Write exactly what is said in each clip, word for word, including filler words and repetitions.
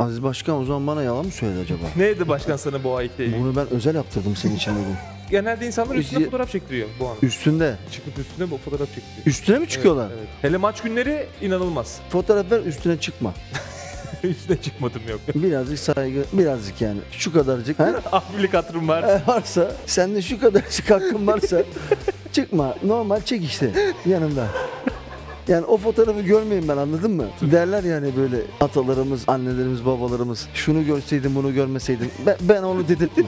Aziz Başkan o zaman bana yalan mı söyledi acaba? Neydi başkan sana bu ayıkla ilgili? Bunu ben özel yaptırdım senin için dedim. Genelde insanlar üstüne Üstü- fotoğraf çektiriyor bu an. Üstünde. Çıkıp üstüne bu fotoğraf çektiriyor. Üstüne mi çıkıyorlar? Evet, evet. Hele maç günleri inanılmaz. Fotoğraf ver, üstüne çıkma. Üstüne çıkmadım yok. Birazcık saygı, birazcık yani. Şu kadarcık. He? Abilik hatırım var. E, varsa, sende şu kadarcık hakkın varsa çıkma. Normal çek işte yanımda. Yani o fotoğrafı görmeyin ben, anladın mı? Derler yani böyle atalarımız, annelerimiz, babalarımız. Şunu görseydim, bunu görmeseydim. Ben, ben onu dedirtmem.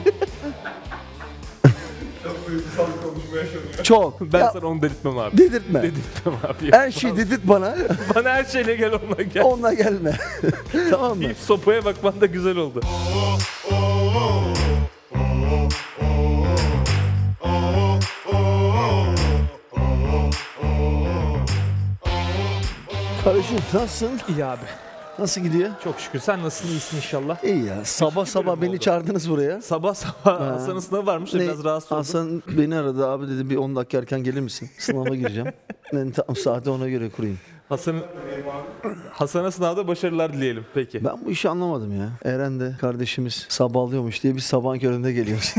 Çok duygusal bir konuşma yaşanıyor. Çok. Ben Ya, sana onu dedirtmem abi. dedirtme. Dedirtmem abi. Her şeyi dedirt bana. Bana her şeyle gel onunla gel. Onunla gelme. Tamam mı? İlk sopaya bakman da güzel oldu. Kardeşim nasılsın? İyi abi. Nasıl gidiyor? Çok şükür. Sen nasılsın? İyisin inşallah. İyi ya. Sabah sabah bölüm beni oldu. çağırdınız buraya. Sabah sabah Hasan'ın sınavı varmış da Ne? biraz rahatsız oldum. Hasan beni aradı, abi dedi bir on dakika erken gelir misin? Sınava gireceğim. Ben tamam, saati ona göre kurayım. Hasan'ın Hasan'a sınavda başarılar dileyelim. Peki. Ben bu işi anlamadım ya. Eren de kardeşimiz sabahlıyormuş diye biz sabahın köründe geliyoruz.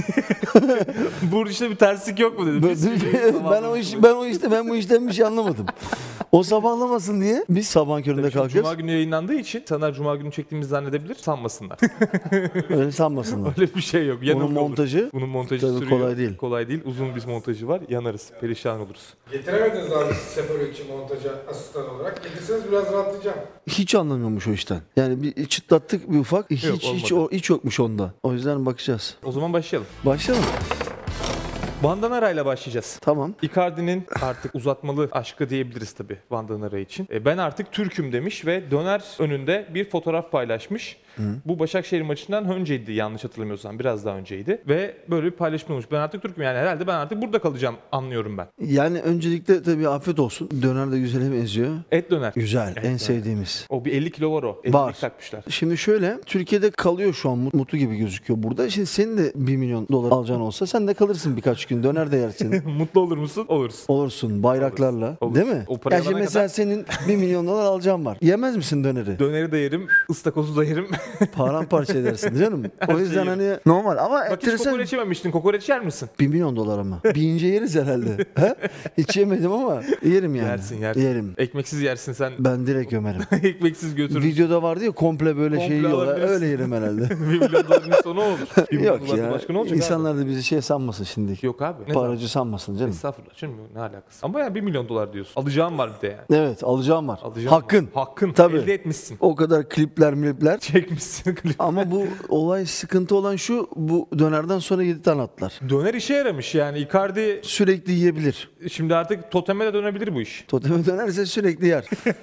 Bu işte bir terslik yok mu dedim. ben, Biz ben o iş ben o işte ben bu işten bir şey anlamadım. O sabahlamasın diye biz sabahın köründe Tabii şimdi kalkıyoruz. Cuma günü yayınlandığı için sana Cuma günü çektiğimizi zannedebilir. Sanmasınlar. Öyle sanmasınlar. Öyle bir şey yok. Yanılgı Bunun olur. montajı Bunun montajı tabii sürüyor. kolay değil. Kolay değil. Uzun bir montajı var. Yanarız. Perişan oluruz. Getiremediniz abi Seferoviç'i montaja asistan olarak. Getirseniz biraz rahatlayacağım. hiç anlamıyormuş o işten. Yani bir çıtlattık bir ufak. Hiç Yok, hiç, olmadı. o, hiç yokmuş onda. O yüzden bakacağız. O zaman başlayalım. Başlayalım. Vandanara ile başlayacağız. Tamam. Icardi'nin artık uzatmalı aşkı diyebiliriz tabii Vandanara için. E, ben artık Türk'üm demiş ve döner önünde bir fotoğraf paylaşmış. Hı. Bu Başakşehir maçından önceydi yanlış hatırlamıyorsam. Biraz daha önceydi. Ve böyle bir paylaşım olmuş. Ben artık Türk'üm, yani herhalde ben artık burada kalacağım anlıyorum ben. Yani öncelikle tabii afiyet olsun. Döner de güzele benziyor. Et döner. Güzel. Evet, en evet. sevdiğimiz. O bir elli kilo var o. ellilik Var. takmışlar. Şimdi şöyle, Türkiye'de kalıyor şu an, mut- mutlu gibi gözüküyor burada. Şimdi senin de bir milyon dolar alacağın olsa sen de kalırsın birkaç gün, döner de yersin. Mutlu olur musun? Oluruz. Olursun bayraklarla. Olur. Değil mi? O parayı Ya şimdi alana mesela kadar- senin bir milyon dolar alacağın var. Yemez misin döneri? Döneri de yerim, ıstakozu da yerim. Paramparça edersin canım. Her O yüzden şeyi hani normal ama Bak hiç enteresan. kokoreç yememiştin. Kokoreç yer misin? Bir milyon dolar ama. Bir ince yeriz herhalde. He? Hiç yemedim ama yerim yani. Yersin yersin. Yerim. Ekmeksiz yersin sen. Ben direkt gömerim. Ekmeksiz götürürsün. Videoda vardı ya komple böyle Komple şey yiyorlar. alabilirsin. Öyle yerim herhalde. bir milyon doların sonu olur. Bir milyon Yok dolardan ya. başka ne olacak İnsanlar da bizi şey sanmasın şimdi. abi? Yok abi. Ne Paracı sanmasın canım. Estağfurullah canım, ne alakası? Ama yani bir milyon dolar diyorsun. Alacağım var bir de yani. Evet, alacağım var. Alacağım Hakkın. var. Hakkın. Tabii. Elde etmişsin. O kadar klipler milipler. Çekmişsin klip. Ama bu olay, sıkıntı olan şu, bu dönerden sonra yedi tane atlar. Döner işe yaramış yani. Icardi Sürekli yiyebilir. şimdi artık toteme de dönebilir bu iş. Toteme dönerse sürekli yer.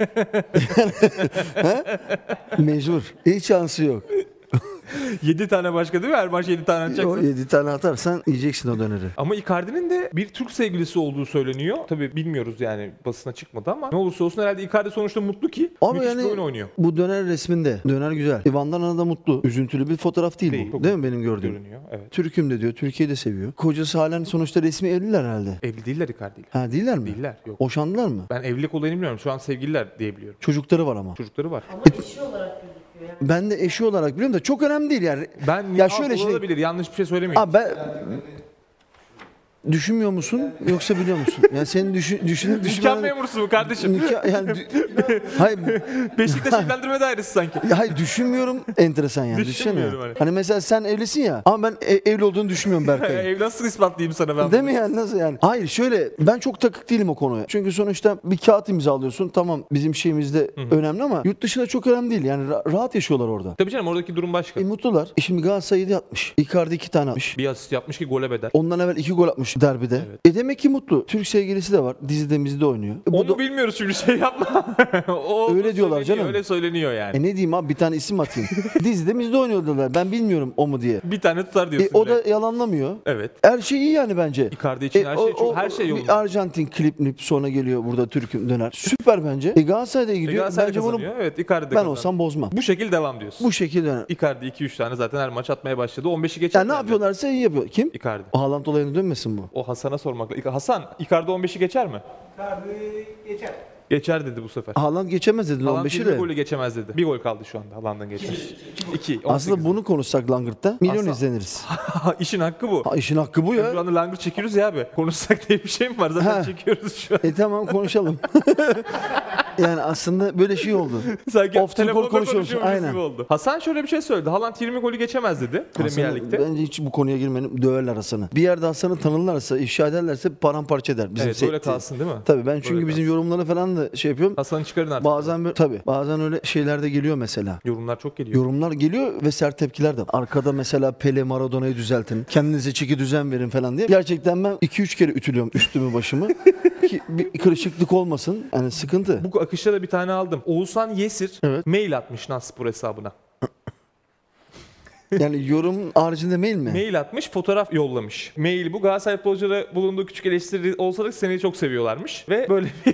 He? Mecbur. Hiç şansı yok. yedi tane başka değil mi? Her maç yedi tane O atacaksın. yedi tane atarsan yiyeceksin o döneri. Ama Icardi'nin de bir Türk sevgilisi olduğu söyleniyor. Tabii bilmiyoruz yani, basına çıkmadı ama ne olursa olsun herhalde Icardi sonuçta mutlu ki. Ama Müthiş yani bir oyun oynuyor. bu döner resminde, döner güzel. E, Van Dana'da mutlu. Üzüntülü bir fotoğraf değil, Değil, bu. çok Değil mi benim gördüğüm? Görünüyor. Evet. Türk'üm de diyor, Türkiye'yi de seviyor. Kocası halen sonuçta resmi evliler herhalde. Evli değiller Icardi ile. Ha, değiller mi? Değiller. Yok. Boşandılar mı? Ben evlilik olayını bilmiyorum. Şu an sevgililer diye biliyorum. Çocukları var ama. Çocukları var. Ama eşi olarak gözüküyor yani. Ben de eşi olarak biliyorum da çok önemli değil yani. Ben Ya ya şöyle şöyle şimdi- olabilir. Yanlış bir şey söylemeyeyim. Abi ben... Düşünmüyor musun yoksa biliyor musun? Yani senin düşün, düşünüp Nikah düşünmen... memurusu mu kardeşim? Nikah yani... dü- Hayır, Beşiktaş evlendirme dairesi sanki. ya hayır düşünmüyorum, enteresan yani. Düşünsene. Düşünmüyorum Hani. hani. hani mesela sen evlisin ya ama ben e- evli olduğunu düşünmüyorum Berkay. Ev nasıl ispatlayayım sana ben? Değil bunu? mi yani, nasıl yani? Hayır şöyle, ben çok takık değilim o konuya. Çünkü sonuçta bir kağıt imzalıyorsun, tamam bizim şeyimizde önemli ama yurt dışında çok önemli değil. Yani ra- rahat yaşıyorlar orada. Tabii canım, oradaki durum başka. E, mutlular. E şimdi Galatasaray yedi atmış. Icardi iki tane atmış. Bir asist yapmış ki gole bedel. Ondan evvel iki gol atmış derbide. Evet. E demek ki mutlu. Türk sevgilisi de var. Dizide mizide oynuyor. E, bu Onu da- bilmiyoruz şimdi, şey yapma. o Öyle diyorlar söyleniyor, canım. Öyle söyleniyor yani. E ne diyeyim abi, bir tane isim atayım. Dizide mizide oynuyorlar. Ben bilmiyorum o mu diye. Bir tane tutar E, diyorsun. o da direkt. yalanlamıyor. Evet. Her şey iyi yani bence. Icardi için her o- şey çok, o- her şey bir yolunda. Arjantin klip mip sonra geliyor burada Türk'üm döner. Süper bence. E Galatasaray'da E, gidiyor. Galatasaray Bence bunu kazanıyor. Evet, Icardi de ben kazandı. olsam bozmam. Bu şekilde devam diyorsun. Bu şekilde döner. Icardi iki üç tane zaten her maç atmaya başladı. on beşi geçer. Yani ne yapıyorlarsa iyi yapıyor. Kim? Icardi. O Haaland olayına dönmesin bu. O Hasan'a sormakla. Hasan, Icardi on beşi geçer mi? Icardi geçer. Geçer dedi bu sefer. Haaland geçemez dedin on Haaland beşi yirmi de. golü geçemez dedi. Bir gol kaldı şu anda Haaland'ın geçmesi. iki. Aslında bunu konuşsak Langırt'ta milyon Aslında- izleniriz. İşin hakkı bu. Ha, işin hakkı bu Şu ya. anda langırt çekiyoruz ya abi. Konuşsak diye bir şey mi var? Zaten Ha. çekiyoruz şu an. E tamam konuşalım. Yani aslında böyle şey oldu. Sanki Off the record telefonda konuşuyormuş, konuşuyormuşuz aynen. gibi oldu. Hasan şöyle bir şey söyledi. Haaland yirmi golü geçemez dedi Premier Hasan'ı- Lig'de. Bence hiç bu konuya girmenin döverler Hasan'ı. Bir yerde Hasan'ı tanırlarsa, ifşa ederlerse paramparça eder. Bizim Evet böyle setti. kalsın değil mi? Tabii ben çünkü Böyle bizim kalsın. yorumları falan da şey yapıyorum. Hasan'ı çıkarın artık. Bazen böyle, tabii bazen öyle şeyler de geliyor mesela. Yorumlar çok geliyor. Yorumlar geliyor ve sert tepkiler de. Arkada mesela Pele, Maradona'yı düzeltin. Kendinize çeki düzen verin falan diye. Gerçekten ben iki üç kere ütülüyorum üstümü başımı. Ki bir kırışıklık olmasın. Yani sıkıntı. Bu akışta da bir tane aldım. Oğuzhan Yesir Evet. mail atmış Naspor hesabına. Yani yorum haricinde mail mi? Mail atmış, fotoğraf yollamış. Mail bu. Galatasaray futbolculara bulunduğu küçük eleştiri olsa da seni çok seviyorlarmış. Ve böyle bir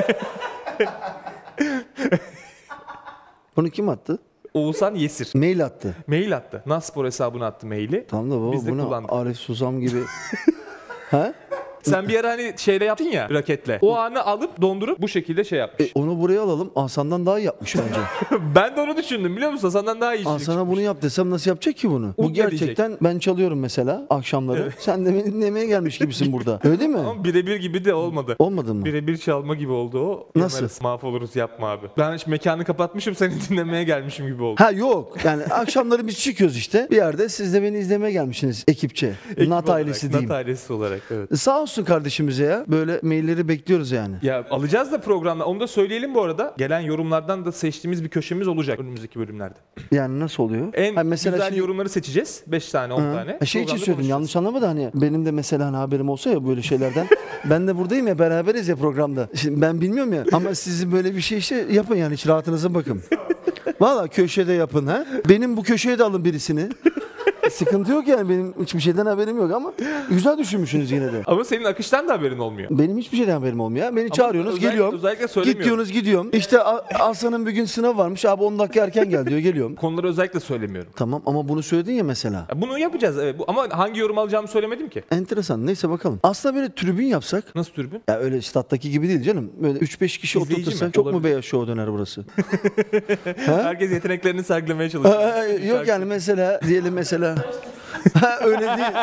Bunu kim attı? Oğuzhan Yesir. Mail attı. Mail attı. Naspor hesabına attı maili. Tamam da baba Biz de bunu kullandık. Arif Susam gibi. Ha? Sen bir ara hani şeyle yaptın ya raketle. O anı alıp dondurup bu şekilde şey E, yapmış. onu buraya alalım. Hasan'dan daha iyi yapmış bence. Ben de onu düşündüm biliyor musun? Senden daha iyi işini Hasan'a bunu yap desem nasıl yapacak ki bunu? Bu Umut ne gerçekten ben çalıyorum mesela akşamları. Sen de beni dinlemeye gelmiş gibisin burada. Öyle değil mi? Ama birebir gibi de olmadı. Olmadı mı? Birebir çalma gibi oldu o. Nasıl? Yanarız, mahvoluruz yapma abi. Ben hiç mekanı kapatmışım seni dinlemeye gelmişim gibi oldu. Ha yok. Yani akşamları biz çıkıyoruz işte. Bir yerde siz de beni izlemeye gelmişsiniz ekipçe. Ekip Nat olarak, ailesi diyeyim. Nat ailesi olarak evet. Sağ olsun kardeşimize ya. Böyle mailleri bekliyoruz yani. Ya alacağız da programda. Onu da söyleyelim bu arada. Gelen yorumlardan da seçtiğimiz bir köşemiz olacak önümüzdeki bölümlerde. Yani nasıl oluyor? En Ha, mesela güzel şimdi- yorumları seçeceğiz. beş tane, on Ha. tane. Ha, şey için Programda söyledim konuşacağız. yanlış anlama da hani benim de mesela hani haberim olsa ya böyle şeylerden. Ben de buradayım ya beraberiz ya programda. Şimdi ben bilmiyorum ya ama sizin böyle bir şey işte yapın yani hiç rahatınıza bakın. Valla köşede yapın ha. Benim bu köşeye de alın birisini. Sıkıntı yok yani benim hiçbir şeyden haberim yok ama güzel düşünmüşsünüz yine de. Ama senin akıştan da haberin olmuyor. Benim hiçbir şeyden haberim olmuyor. ya. Beni çağırıyorsunuz özellikle- geliyorum. özellikle Git söylemiyorum. diyorsunuz gidiyorum. İşte A- Aslan'ın bir gün sınav varmış abi on dakika erken gel diyor geliyorum. Konuları özellikle söylemiyorum. Tamam ama bunu söyledin ya mesela. Ya bunu yapacağız evet. Bu- Ama hangi yorum alacağımı söylemedim ki. Enteresan. Neyse bakalım. Aslında böyle tribün yapsak. Nasıl tribün? Ya öyle stattaki gibi değil canım. Böyle üç beş kişi İzleyici oturtursan mi? çok mu Olabilir. beyaz şov döner burası? Herkes yeteneklerini sergilemeye çalışıyor. Aa, Yok yani mesela diyelim mesela. Ha, öyle değil.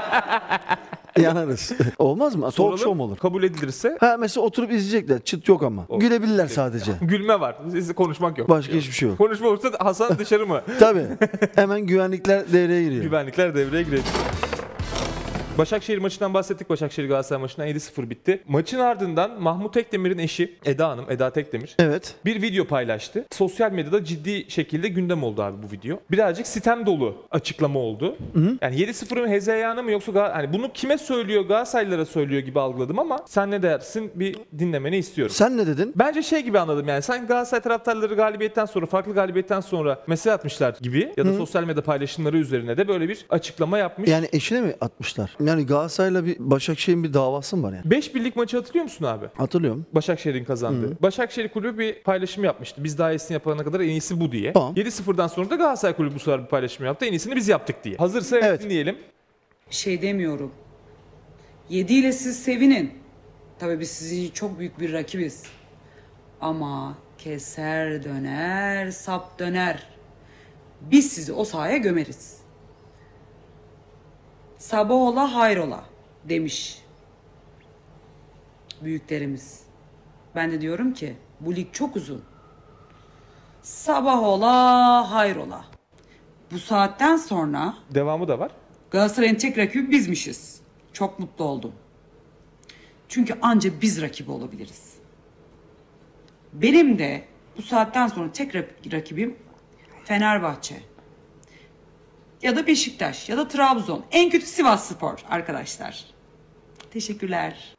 Yanarız. Olmaz mı? Talk Soralım, show mu olur? Kabul edilirse Ha mesela oturup izleyecekler. Çıt yok ama. Olur. Gülebilirler sadece. gülme var. Siz konuşmak yok. Başka hiçbir şey yok. Konuşma olursa Hasan dışarı mı? Tabii. Hemen güvenlikler devreye giriyor. Güvenlikler devreye girecek. Başakşehir maçından bahsettik. Başakşehir Galatasaray maçından yedi sıfır bitti. Maçın ardından Mahmut Tekdemir'in eşi Eda Hanım, Eda Tekdemir Evet. bir video paylaştı. Sosyal medyada ciddi şekilde gündem oldu abi bu video. Birazcık sitem dolu açıklama oldu. Yani yedi sıfırın hezeyanı mı yoksa Gal- hani bunu kime söylüyor, Galatasaraylılara söylüyor gibi algıladım ama sen ne dersin bir dinlemeni istiyorum. Sen ne dedin? Bence şey gibi anladım yani sanki Galatasaray taraftarları galibiyetten sonra farklı galibiyetten sonra mesaj atmışlar gibi ya da sosyal medya paylaşımları üzerine de böyle bir açıklama yapmış. Yani eşine mi atmışlar? Yani Galatasaray'la bir Başakşehir'in bir davası mı var yani? beş birlik maçı hatırlıyor musun abi? Hatırlıyorum. Başakşehir'in kazandığı. Başakşehir kulübü bir paylaşım yapmıştı. Biz daha iyisini yapana kadar en iyisi bu diye. Tamam. yedi sıfırdan sonra da Galatasaray kulübü bu sefer bir paylaşım yaptı. En iyisini biz yaptık diye. Hazırsa evet, Evet. dinleyelim. Bir şey demiyorum. yedi ile siz sevinin. Tabii biz sizin için çok büyük bir rakibiz. Ama keser döner, sap döner. Biz sizi o sahaya gömeriz. Sabah ola hayrola demiş büyüklerimiz. Ben de diyorum ki bu lig çok uzun. Sabah ola hayrola. Bu saatten sonra Devamı da var. Galatasaray'ın tek rakibi bizmişiz. Çok mutlu oldum. Çünkü anca biz rakibi olabiliriz. Benim de bu saatten sonra tek rak- rakibim Fenerbahçe. Ya da Beşiktaş ya da Trabzon. En kötü Sivasspor arkadaşlar. Teşekkürler.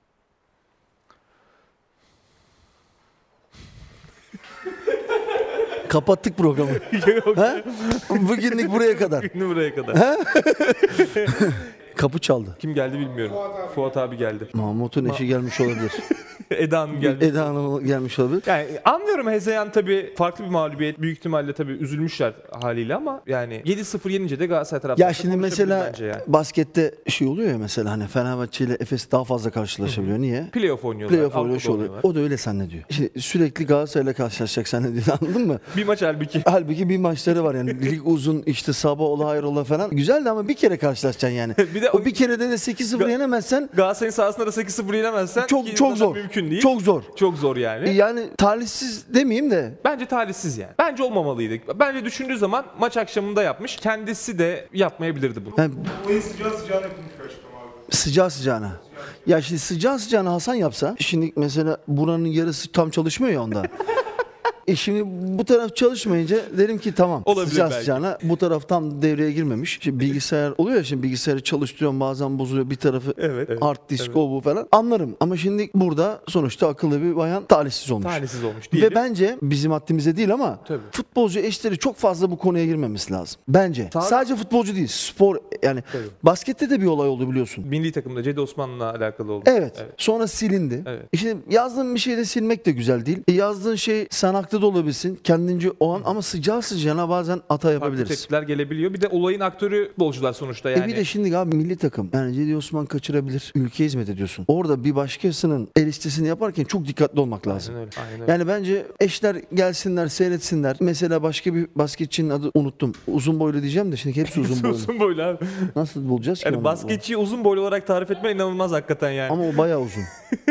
Kapattık programı. ha? Bugünlük buraya kadar. Şimdi buraya kadar. Kapı çaldı. Kim geldi bilmiyorum. Fuat abi. Fuat abi geldi. Mahmut'un eşi gelmiş olabilir. Eda Hanım geldi. Eda Hanım gelmiş olabilir. Yani anlıyorum, Hezeyan tabii farklı bir mağlubiyet. Büyük ihtimalle tabii üzülmüşler haliyle ama yani yedi sıfır yenince de Galatasaray taraftarı Ya şimdi mesela yani. baskette şey oluyor ya, mesela hani Fenerbahçe ile Efes daha fazla karşılaşabiliyor. Niye? Playoff oynuyorlar. Playoff oluyor, Avrupa'da şu oluyor. oynuyorlar. O da öyle zannediyor. Şimdi sürekli Galatasaray'la karşılaşacak zannediyor, anladın mı? Bir maç halbuki. Halbuki bir maçları var yani. Lig uzun, işte sabah ola hayrola falan. Güzeldi ama bir kere karşılaşacaksın yani. Bir de o bir kerede de sekiz sıfır Ga- yenemezsen Galatasaray'ın sahasında da sekiz sıfır yenemezsen çok ki çok zaten zor. mümkün değil. Çok zor. Çok zor yani. Yani talihsiz demeyeyim de Bence talihsiz yani. Bence olmamalıydı. Bence düşündüğü zaman maç akşamında yapmış. Kendisi de yapmayabilirdi bunu. yani Olayı sıcağı sıcağına yapılmış bir açıklama abi. sıcağı sıcağına. Ya şimdi sıcağı sıcağına Hasan yapsa, şimdi mesela buranın yarısı tam çalışmıyor ya onda. E şimdi bu taraf çalışmayınca derim ki tamam, Olabilir sıcağı belki. sıcağına bu taraf tam devreye girmemiş. Şimdi bilgisayar oluyor ya, şimdi bilgisayarı çalıştırıyorum, bazen bozuluyor bir tarafı, Evet, evet, hard disk evet. o bu falan, anlarım. Ama şimdi burada sonuçta akıllı bir bayan talihsiz olmuş. Talihsiz olmuş diyelim. Ve bence bizim haddimize değil ama Tabii. futbolcu eşleri çok fazla bu konuya girmemesi lazım. Bence. Sağ- Sadece futbolcu değil, spor yani. Tabii. Baskette de bir olay oldu biliyorsun. Milli takımda Cedi Osman'la alakalı oldu. Evet. Sonra silindi. Evet. İşte yazdığın bir şeyi de silmek de güzel değil. E, yazdığın şey sen haklı da olabilirsin kendince o an, ama sıcağı sıcağına bazen hata Farklı yapabiliriz. tepkiler gelebiliyor. Bir de olayın aktörü futbolcular sonuçta yani. E bir de şimdi abi milli takım. Yani Cedi Osman kaçırabilir. Ülkeye hizmet ediyorsun. Orada bir başkasının el listesini yaparken çok dikkatli olmak lazım. Aynen öyle. Aynen öyle. Yani bence eşler gelsinler, seyretsinler. Mesela başka bir basketçinin adı unuttum. Uzun boylu diyeceğim de şimdi hepsi uzun boylu. uzun boylu abi. Nasıl bulacağız ki Yani onu? basketçiyi uzun boylu olarak tarif etme inanılmaz hakikaten yani. Ama o bayağı uzun.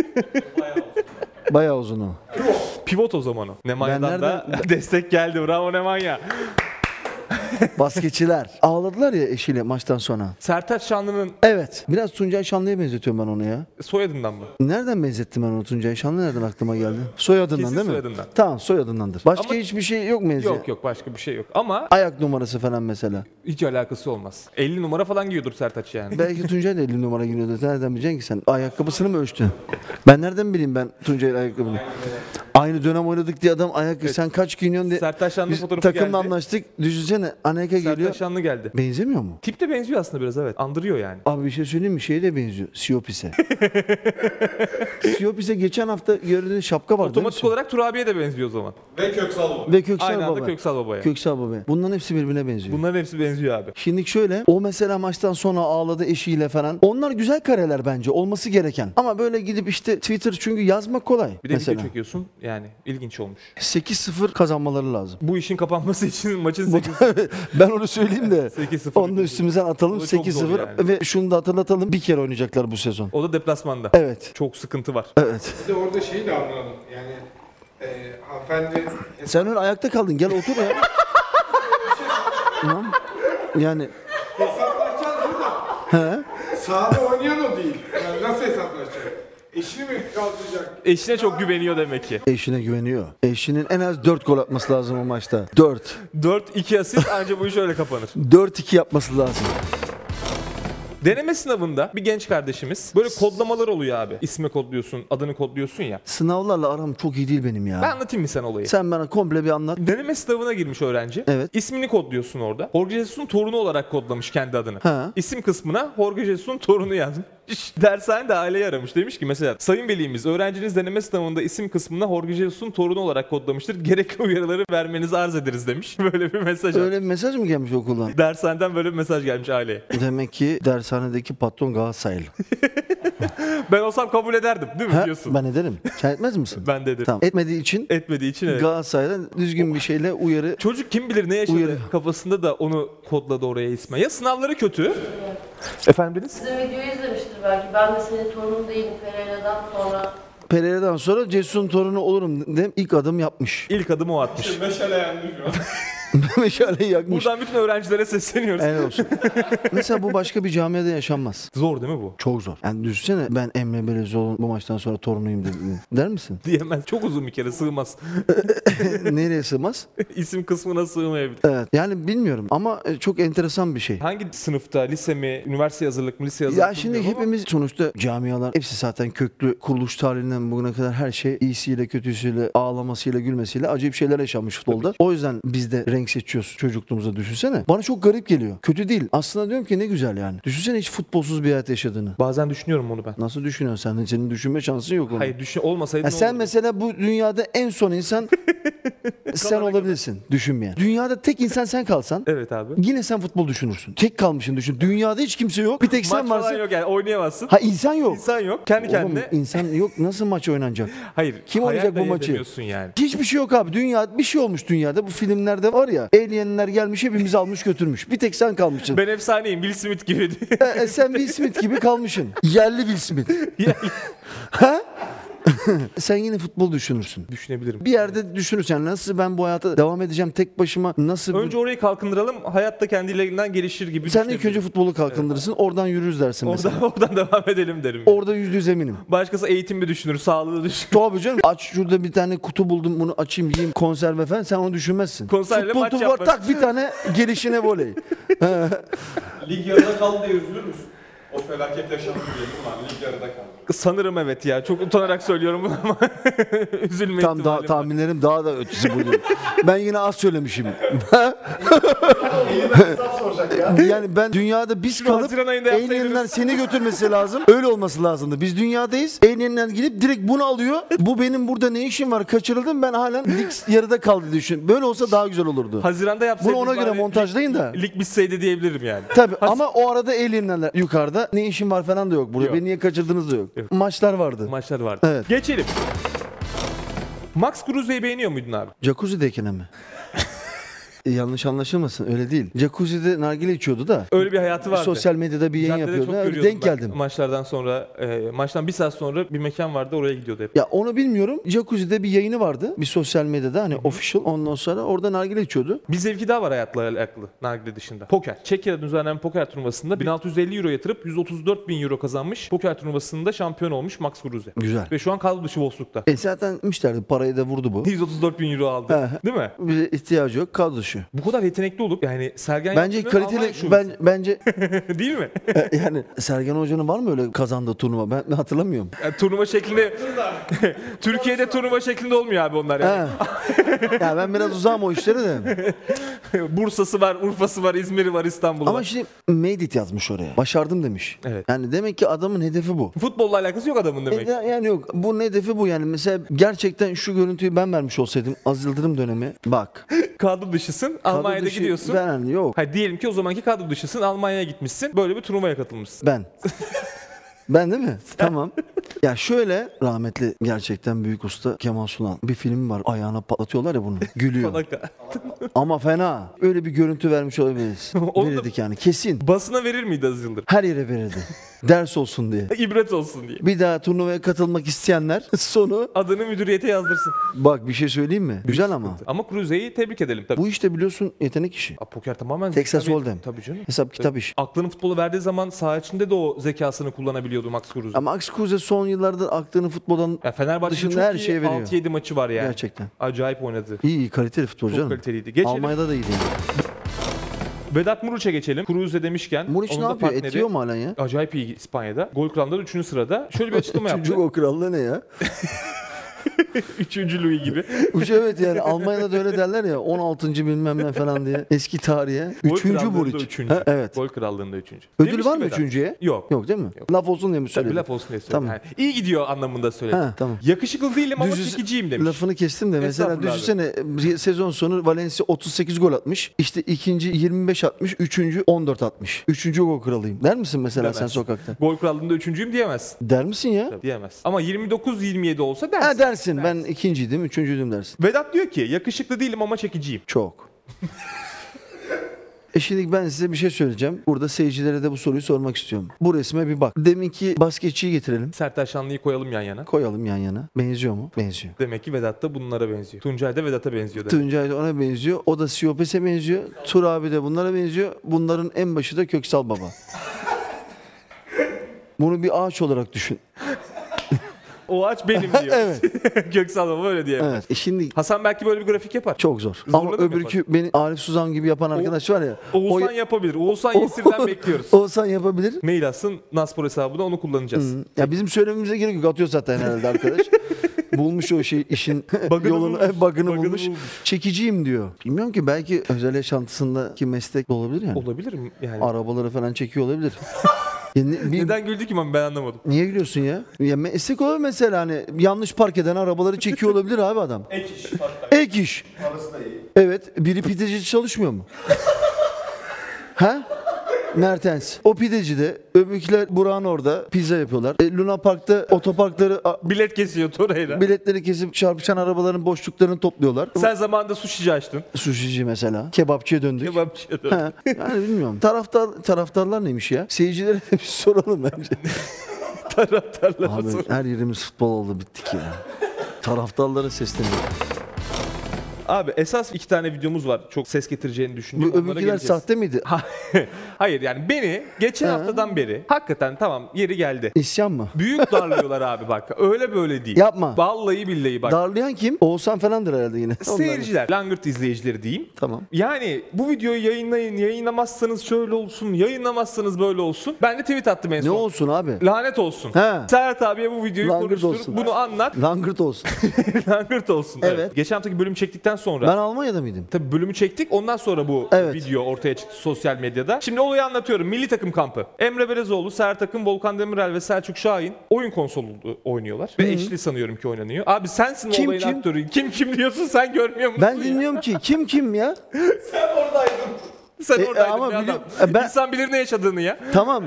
Bayağı uzun o. Pivot o zaman o. Nemanya'dan Ben da nereden- destek geldi. Bravo Nemanya. Basketçiler. Ağladılar ya eşiyle maçtan sonra. Sertaç Şanlı'nın Evet. Biraz Tuncay Şanlı'ya benzetiyorum ben onu ya. soyadından mı? Nereden benzettim ben onu Tuncay Şanlı? Nereden aklıma geldi? Soyadından Kesin değil mi? soyadından. Tamam, soyadındandır. Başka Ama- hiçbir şey yok mu Ezgi? Yok yok, başka bir şey yok. Ama Ayak numarası falan mesela. hiç alakası olmaz. elli numara falan giyiyordur Sertaç yani. Belki Tuncay da elli numara giyiyordu. Nereden bileceksin ki sen? Ayakkabısını mı ölçtün? Ben nereden bileyim ben Tuncay'ın ayakkabını? Aynı dönem oynadık diye adam ayakkabı, sen kaç giyiniyorsun diye. Sertaç Şanlı Biz fotoğrafı takımla geldi. anlaştık. Düşünsene Aneka geliyor. Sertaç Şanlı geldi. Benzemiyor mu? Tip de benziyor aslında biraz, evet. Andırıyor yani. Abi bir şey söyleyeyim mi? Şeye de benziyor. Siyopis'e. Siyopis'e geçen hafta gördüğün şapka var değil mi? Otomatik olarak Turabi'ye de benziyor o zaman. Ve Köksal bu. Ve Köksal Aynı anda Baba. Köksal Baba'ya. Köksal Baba. Bunların hepsi birbirine benziyor. Bunların hepsi benziyor abi. Şimdi şöyle, o mesela maçtan sonra ağladı eşiyle falan. Onlar güzel kareler bence, olması gereken. Ama böyle gidip işte Twitter, çünkü yazmak kolay. Bir de mesela video çekiyorsun. Yani ilginç olmuş. sekiz sıfır kazanmaları lazım. Bu işin kapanması için maçın sekiz Ben onu söyleyeyim de. sekiz sıfır. Onu da üstümüzden atalım. O da çok sekiz zor sıfır yani. ve şunu da hatırlatalım. Bir kere oynayacaklar bu sezon. O da deplasmanda. Evet. Çok sıkıntı var. Evet. Bir de orada şeyi de anlamadım. Yani e, hanımefendi Sen öyle ayakta kaldın. Gel otur ya. Tamam. Yani hesaplaşacağız burada. he? Sahada oynayan o değil. Yani nasıl hesaplaşacak? Eşini mi kaldıracak? Eşine çok güveniyor demek ki. Eşine güveniyor. Eşinin en az dört gol atması lazım o maçta. dört. dört iki asist anca bu iş öyle kapanır. dört iki yapması lazım. Deneme sınavında bir genç kardeşimiz böyle kodlamalar oluyor abi. İsmi kodluyorsun, adını kodluyorsun ya. Sınavlarla aram çok iyi değil benim ya. Ben anlatayım mı sen olayı? Sen bana komple bir anlat. Deneme sınavına girmiş öğrenci. Evet. İsmini kodluyorsun orada. Jorge Jesus'un torunu olarak kodlamış kendi adını. Ha. İsim kısmına Jorge Jesus'un torunu yazmış. Dershane de aileyi aramış. Demiş ki mesela, sayın velimiz, öğrenciniz deneme sınavında isim kısmına Jorge Jesus'un torunu olarak kodlamıştır. Gerekli uyarıları vermenizi arz ederiz demiş. Böyle bir mesaj almış. Öyle bir mesaj mı gelmiş okuldan? Dershaneden böyle bir mesaj gelmiş aileye. Demek ki dershanedeki patron Galatasaraylı. Ben olsam kabul ederdim değil mi Ha, diyorsun? ben ederim. Sen etmez misin? Ben dedim. Tamam. Etmediği için Etmediği için evet. Galatasaray'dan düzgün bir şeyle uyarı. Çocuk kim bilir ne yaşadı Uyarı. kafasında da onu kodladı oraya isme. Ya sınavları kötü. Efendim Deniz? Sizin videoyu izlemiştir belki. Ben de senin torunun değilim Pereira'dan sonra. Pereira'dan sonra Cesur'un torunu olurum de ilk adım yapmış. İlk adımı o atmış. Meşale yandı şu an. Meşaleyi yakmış. Buradan bütün öğrencilere sesleniyoruz. Helal olsun. Mesela bu başka bir camiada yaşanmaz. Zor değil mi bu? Çok zor. Yani düşünsene, ben Emre Belözoğlu'nun bu maçtan sonra torunuyum dedim. Der misin? Diyemez. Çok uzun bir kere, sığmaz. Nereye sığmaz? İsim kısmına sığmayabilir. Evet. Yani bilmiyorum ama e, çok enteresan bir şey. Hangi sınıfta? Lise mi? Üniversite hazırlık mı? Lise hazırlık Ya mı şimdi bilmiyorum ama hepimiz sonuçta camialar hepsi zaten köklü, kuruluş tarihinden bugüne kadar her şey iyisiyle kötüsüyle ağlamasıyla gülmesiyle acayip şeyler yaşanmış futbolda. O yüzden bizde renk seçiyoruz çocukluğumuza, düşünsene. Bana çok garip geliyor. Kötü değil. Aslında diyorum ki ne güzel yani. Düşünsene hiç futbolsuz bir hayat yaşadığını. Bazen düşünüyorum onu ben. Nasıl düşünüyorsun sen? Senin düşünme şansın yok onun. Hayır düşün olmasaydı Ha, ne sen olurdu? mesela bu dünyada en son insan sen olabilirsin düşünmeyen. Dünyada tek insan sen kalsan Evet abi. yine sen futbol düşünürsün. Tek kalmışsın düşün. Dünyada hiç kimse yok. Bir tek sen Maç varsın. falan yok yani oynayamazsın. Ha insan yok. İnsan yok. Kendi Oğlum, kendine. insan yok. Nasıl maç oynanacak? Hayır. Kim hayal oynayacak bu dahi maçı? edemiyorsun yani. Hiçbir şey yok abi. Dünya bir şey olmuş dünyada. Bu filmlerde var ya. Alienler gelmiş hepimizi almış götürmüş. Bir tek sen kalmışsın. Ben efsaneyim. Will Smith gibi. E, e, sen Will Smith gibi kalmışsın. Yerli Will Smith. Ha? Sen yine futbol düşünürsün. Düşünebilirim. Bir yerde düşünürsen nasıl ben bu hayata devam edeceğim tek başıma, nasıl bu- Önce orayı kalkındıralım. Hayat da kendiliğinden gelişir gibi sen ilk düşünebilirim. önce futbolu kalkındırırsın, oradan yürürüz dersin Oradan, mesela. oradan devam edelim derim. Orada yüzde yüz eminim. Başkası eğitimi düşünür, sağlığı düşünür. Tabii canım. Aç şurada bir tane kutu buldum, bunu açayım yiyeyim, konserve falan, sen onu düşünmezsin. Konserve Futbol maç topu var, yapmak. tak bir tane gelişine voley. Lig yarıda kaldı diye üzülür müsün? O felaket yaşandı diyelim ulan lig yarıda kaldı. Sanırım evet ya. Çok utanarak söylüyorum bunu ama üzülme Tam daha ihtimalim var. tahminlerim daha da ötesi buydu. Ben yine az söylemişim. Hesap soracak ya. Yani ben dünyada biz Şunu kalıp Haziran ayında yapsaydınız. alienler seni götürmesi lazım. Öyle olması lazımdı. Biz dünyadayız. Alienler gelip direkt bunu alıyor. Bu benim burada ne işim var? Kaçırıldım. Ben halen lig yarıda kaldı düşün. Böyle olsa daha güzel olurdu. Haziranda yapsaydınız Bunu ona göre bari montajlayın da. Lig, lig bitseydi diyebilirim yani. Tabii ama o arada alienler yukarıda. Ne işim var falan da yok burada. Yok. Beni niye kaçırdınız da yok. Yok. Maçlar vardı. Maçlar vardı. Evet. Geçelim. Max Kruse'yi beğeniyor muydun abi? Jacuzzi'deyken mi? E, yanlış anlaşılmasın öyle değil. Jacuzzi'de nargile içiyordu da. Öyle bir hayatı vardı. Sosyal medyada bir yayın Caddede yapıyordu. çok Ha, görüyordum denk ben. geldim. Maçlardan sonra, e, maçtan bir saat sonra bir mekan vardı, oraya gidiyordu hep. Ya onu bilmiyorum. Jacuzzi'de bir yayını vardı. Bir sosyal medyada hani official. Ondan sonra orada nargile içiyordu. Bir zevki daha var hayatla alakalı nargile dışında. Poker. Çekya'da düzenlenen poker turnuvasında bin altı yüz elli euro yatırıp yüz otuz dört bin euro kazanmış. Poker turnuvasında şampiyon olmuş Max Kruse. Güzel. Ve şu an kadro dışı Wolfsburg'da. E zaten müşterdi. Parayı da vurdu bu. yüz otuz dört bin euro aldı. Değil mi? Bir ihtiyacı yok. Kadro dışı. Bu kadar yetenekli olup yani Sergen Bence Yalçın'ın Alman kaliteli şubesi. ben, bence Değil mi? e, yani Sergen Hoca'nın var mı öyle kazandığı turnuva? Ben hatırlamıyorum. Yani turnuva şeklinde Türkiye'de turnuva şeklinde olmuyor abi onlar yani. Ha. Ya ben biraz uzağım o işlere de. Bursa'sı var, Urfa'sı var, İzmir'i var, İstanbul'u Ama var. şimdi made it yazmış oraya. Başardım demiş. Evet. Yani demek ki adamın hedefi bu. Futbolla alakası yok adamın E, demek. ya- yani yok. Bu hedefi bu yani. Mesela gerçekten şu görüntüyü ben vermiş olsaydım Az Yıldırım dönemi. Bak. Kadro dışısın, kadro Almanya'da dışı gidiyorsun. Ben yok. Hayır diyelim ki o zamanki kadro dışısın, Almanya'ya gitmişsin. Böyle bir turnuvaya katılmışsın. Ben. Ben değil mi? Tamam. Ya şöyle rahmetli gerçekten büyük usta Kemal Sunal. Bir film var. Ayağına patlatıyorlar ya bunu. Gülüyor. Falaka. Ama fena. Öyle bir görüntü vermiş olabiliriz. Onu da- Verirdik yani. Kesin. Basına verir miydi Aziz Yıldırım? Her yere verirdi. Ders olsun diye. İbret olsun diye. Bir daha turnuvaya katılmak isteyenler sonu Adını müdüriyete yazdırsın. bak bir şey söyleyeyim mi? Güzel ama. Ama Kruse'yi tebrik edelim tabii. Bu işte biliyorsun yetenek işi. Aa, poker tamamen Texas tabii- Hold'em. Tabii canım. Hesap kitap iş. Aklını futbolu verdiği zaman saha içinde de o zekasını kullanabiliyordu Max Kruse. Ama Max Kruse son yıllarda aklını futboldan Ya Fenerbahçe'nin dışında çok her iyi şeye veriyor. altı yedi maçı var yani. gerçekten. Acayip oynadı. İyi iyi kaliteli futbolcu Çok canım. kaliteliydi. Geçelim. Almanya'da da iyiydi. Yani. Vedat Muriç'e geçelim. Kruse demişken. Muriç onun ne da yapıyor? partneri Etiyor mu halen ya? Acayip iyi İspanya'da. Gol kralında üçüncü sırada. Şöyle bir açıklama yaptı. Çocuk o krallığı ne ya? Üçüncü Louis gibi. Uç evet yani Almanya'da da öyle derler ya on altıncı bilmem ne falan diye. Eski tarihe. Gol Üçüncü krallığında Muriç. Üçüncü. Ha, evet. Gol krallığında üçüncü. Ödül Demiş var ki mı Vedat. üçüncüye? Yok. Yok değil mi? Yok. Laf olsun diye mi Tabii söyledin? laf olsun diye söyledim. Tamam. Yani iyi gidiyor anlamında söyledim. Ha, tamam. Yakışıklı değilim ama Düz- çekiciyim demiş. Lafını kestim de mesela Estağfurullah düşünsene sezon sonu Valencia otuz sekiz gol atmış. İşte ikinci yirmi beş atmış. Üçüncü on dört atmış. Üçüncü gol kralıyım. Der misin mesela sen Demezsin. sokakta? Gol krallığında üçüncüyüm diyemezsin. Der misin ya? Tabii diyemezsin. Ama yirmi dokuz yirmi yedi olsa dersin. Ha dersin. Ben ikinciydim, üçüncüydüm dersin. Vedat diyor ki yakışıklı değilim ama çekiciyim. Çok. E şimdi ben size bir şey söyleyeceğim. Burada seyircilere de bu soruyu sormak istiyorum. Bu resme bir bak. Deminki basketçiyi getirelim. Sertaç Şanlı'yı koyalım yan yana. Koyalım yan yana. Benziyor mu? Benziyor. Demek ki Vedat da bunlara benziyor. Tuncay da Vedat'a benziyor demek. Tuncay da ona benziyor. O da Siyopes'e benziyor. Tur abi de bunlara benziyor. Bunların en başı da Köksal Baba. Bunu bir ağaç olarak düşün. O ağaç benim diyor. Evet. Köksal Baba öyle diye. Evet. E şimdi Hasan belki böyle bir grafik yapar. çok zor. Zorla Ama da mı öbürkü beni Arif Suzan gibi yapan arkadaş var ya. Oğuzhan o- yapabilir. Oğuzhan Yesir'den bekliyoruz. Oğuzhan yapabilir. Mail atsın Naspor hesabına onu kullanacağız. Ya bizim söylememize gerek yok. Atıyor zaten herhalde arkadaş. bulmuş o şey işin Bug'ını yolunu, bulmuş, e, bug'ını bug'ını bulmuş. bulmuş. Çekiciyim diyor. Bilmiyorum ki belki özel yaşantısındaki meslek de olabilir yani. Olabilir mi yani? Arabaları falan çekiyor olabilir. Ya ne- bir- Neden güldü ki ben ben anlamadım. Niye gülüyorsun ya? Ya meslek olur mesela hani yanlış park eden arabaları çekiyor olabilir abi adam. Ek iş. Hatta Ek iş. parası da iyi. Evet. Biri pideci çalışmıyor mu? Ha? Mertens. O pideci de öbürküler Burak'ın orada pizza yapıyorlar. E, Luna Park'ta otoparkları a- Bilet kesiyor Torreira. biletleri kesip çarpışan arabaların boşluklarını topluyorlar. Sen zamanında sushici açtın. Sushici mesela. Kebapçıya döndük. Kebapçıya dön. Ha, yani bilmiyorum. Taraftar taraftarlar neymiş ya? Seyircilere de bir soralım bence. Taraftarlara Abi sor. her yerimiz futbol oldu bittik ya. Taraftarlara sesleniyor. Abi esas iki tane videomuz var. Çok ses getireceğini Bu düşündüğüm. Onlara öbürküler geleceğiz. sahte miydi? Hayır yani beni geçen Ha. haftadan beri hakikaten tamam yeri geldi. İsyan mı? Büyük darlıyorlar abi bak. Öyle böyle değil. Yapma. Vallahi billahi bak. Darlayan kim? Oğuzhan falandır herhalde yine. Onlar. Seyirciler, Langırt izleyicileri diyeyim. Tamam. Yani bu videoyu yayınlayın, yayınlamazsanız şöyle olsun, yayınlamazsanız böyle olsun. Ben de tweet attım en Ne son. olsun abi? Lanet olsun. He. Serhat abiye bu videoyu Langırt konuştur, olsun. bunu anlat. Langırt olsun. Langırt olsun. Evet. Geçen haftaki bölümü çektikten sonra. Ben Almanya'da mıydım? Tabii bölümü çektik. Ondan sonra bu Evet. video ortaya çıktı sosyal medyada. Şimdi olayı anlatıyorum. Milli takım kampı. Emre Belezoğlu, Serhat Akın, Volkan Demirel ve Selçuk Şahin oyun konsolu oynuyorlar. Ve eşli sanıyorum ki oynanıyor. Abi sensin Kim, olayın kim? aktörü. Kim kim diyorsun sen görmüyor musun? Ben dinliyorum ki kim kim ya? Sen oradaydın. Sen E, oradaydın ama bir adam. biliyorum- e, ben- İnsan bilir ne yaşadığını ya. Tamam.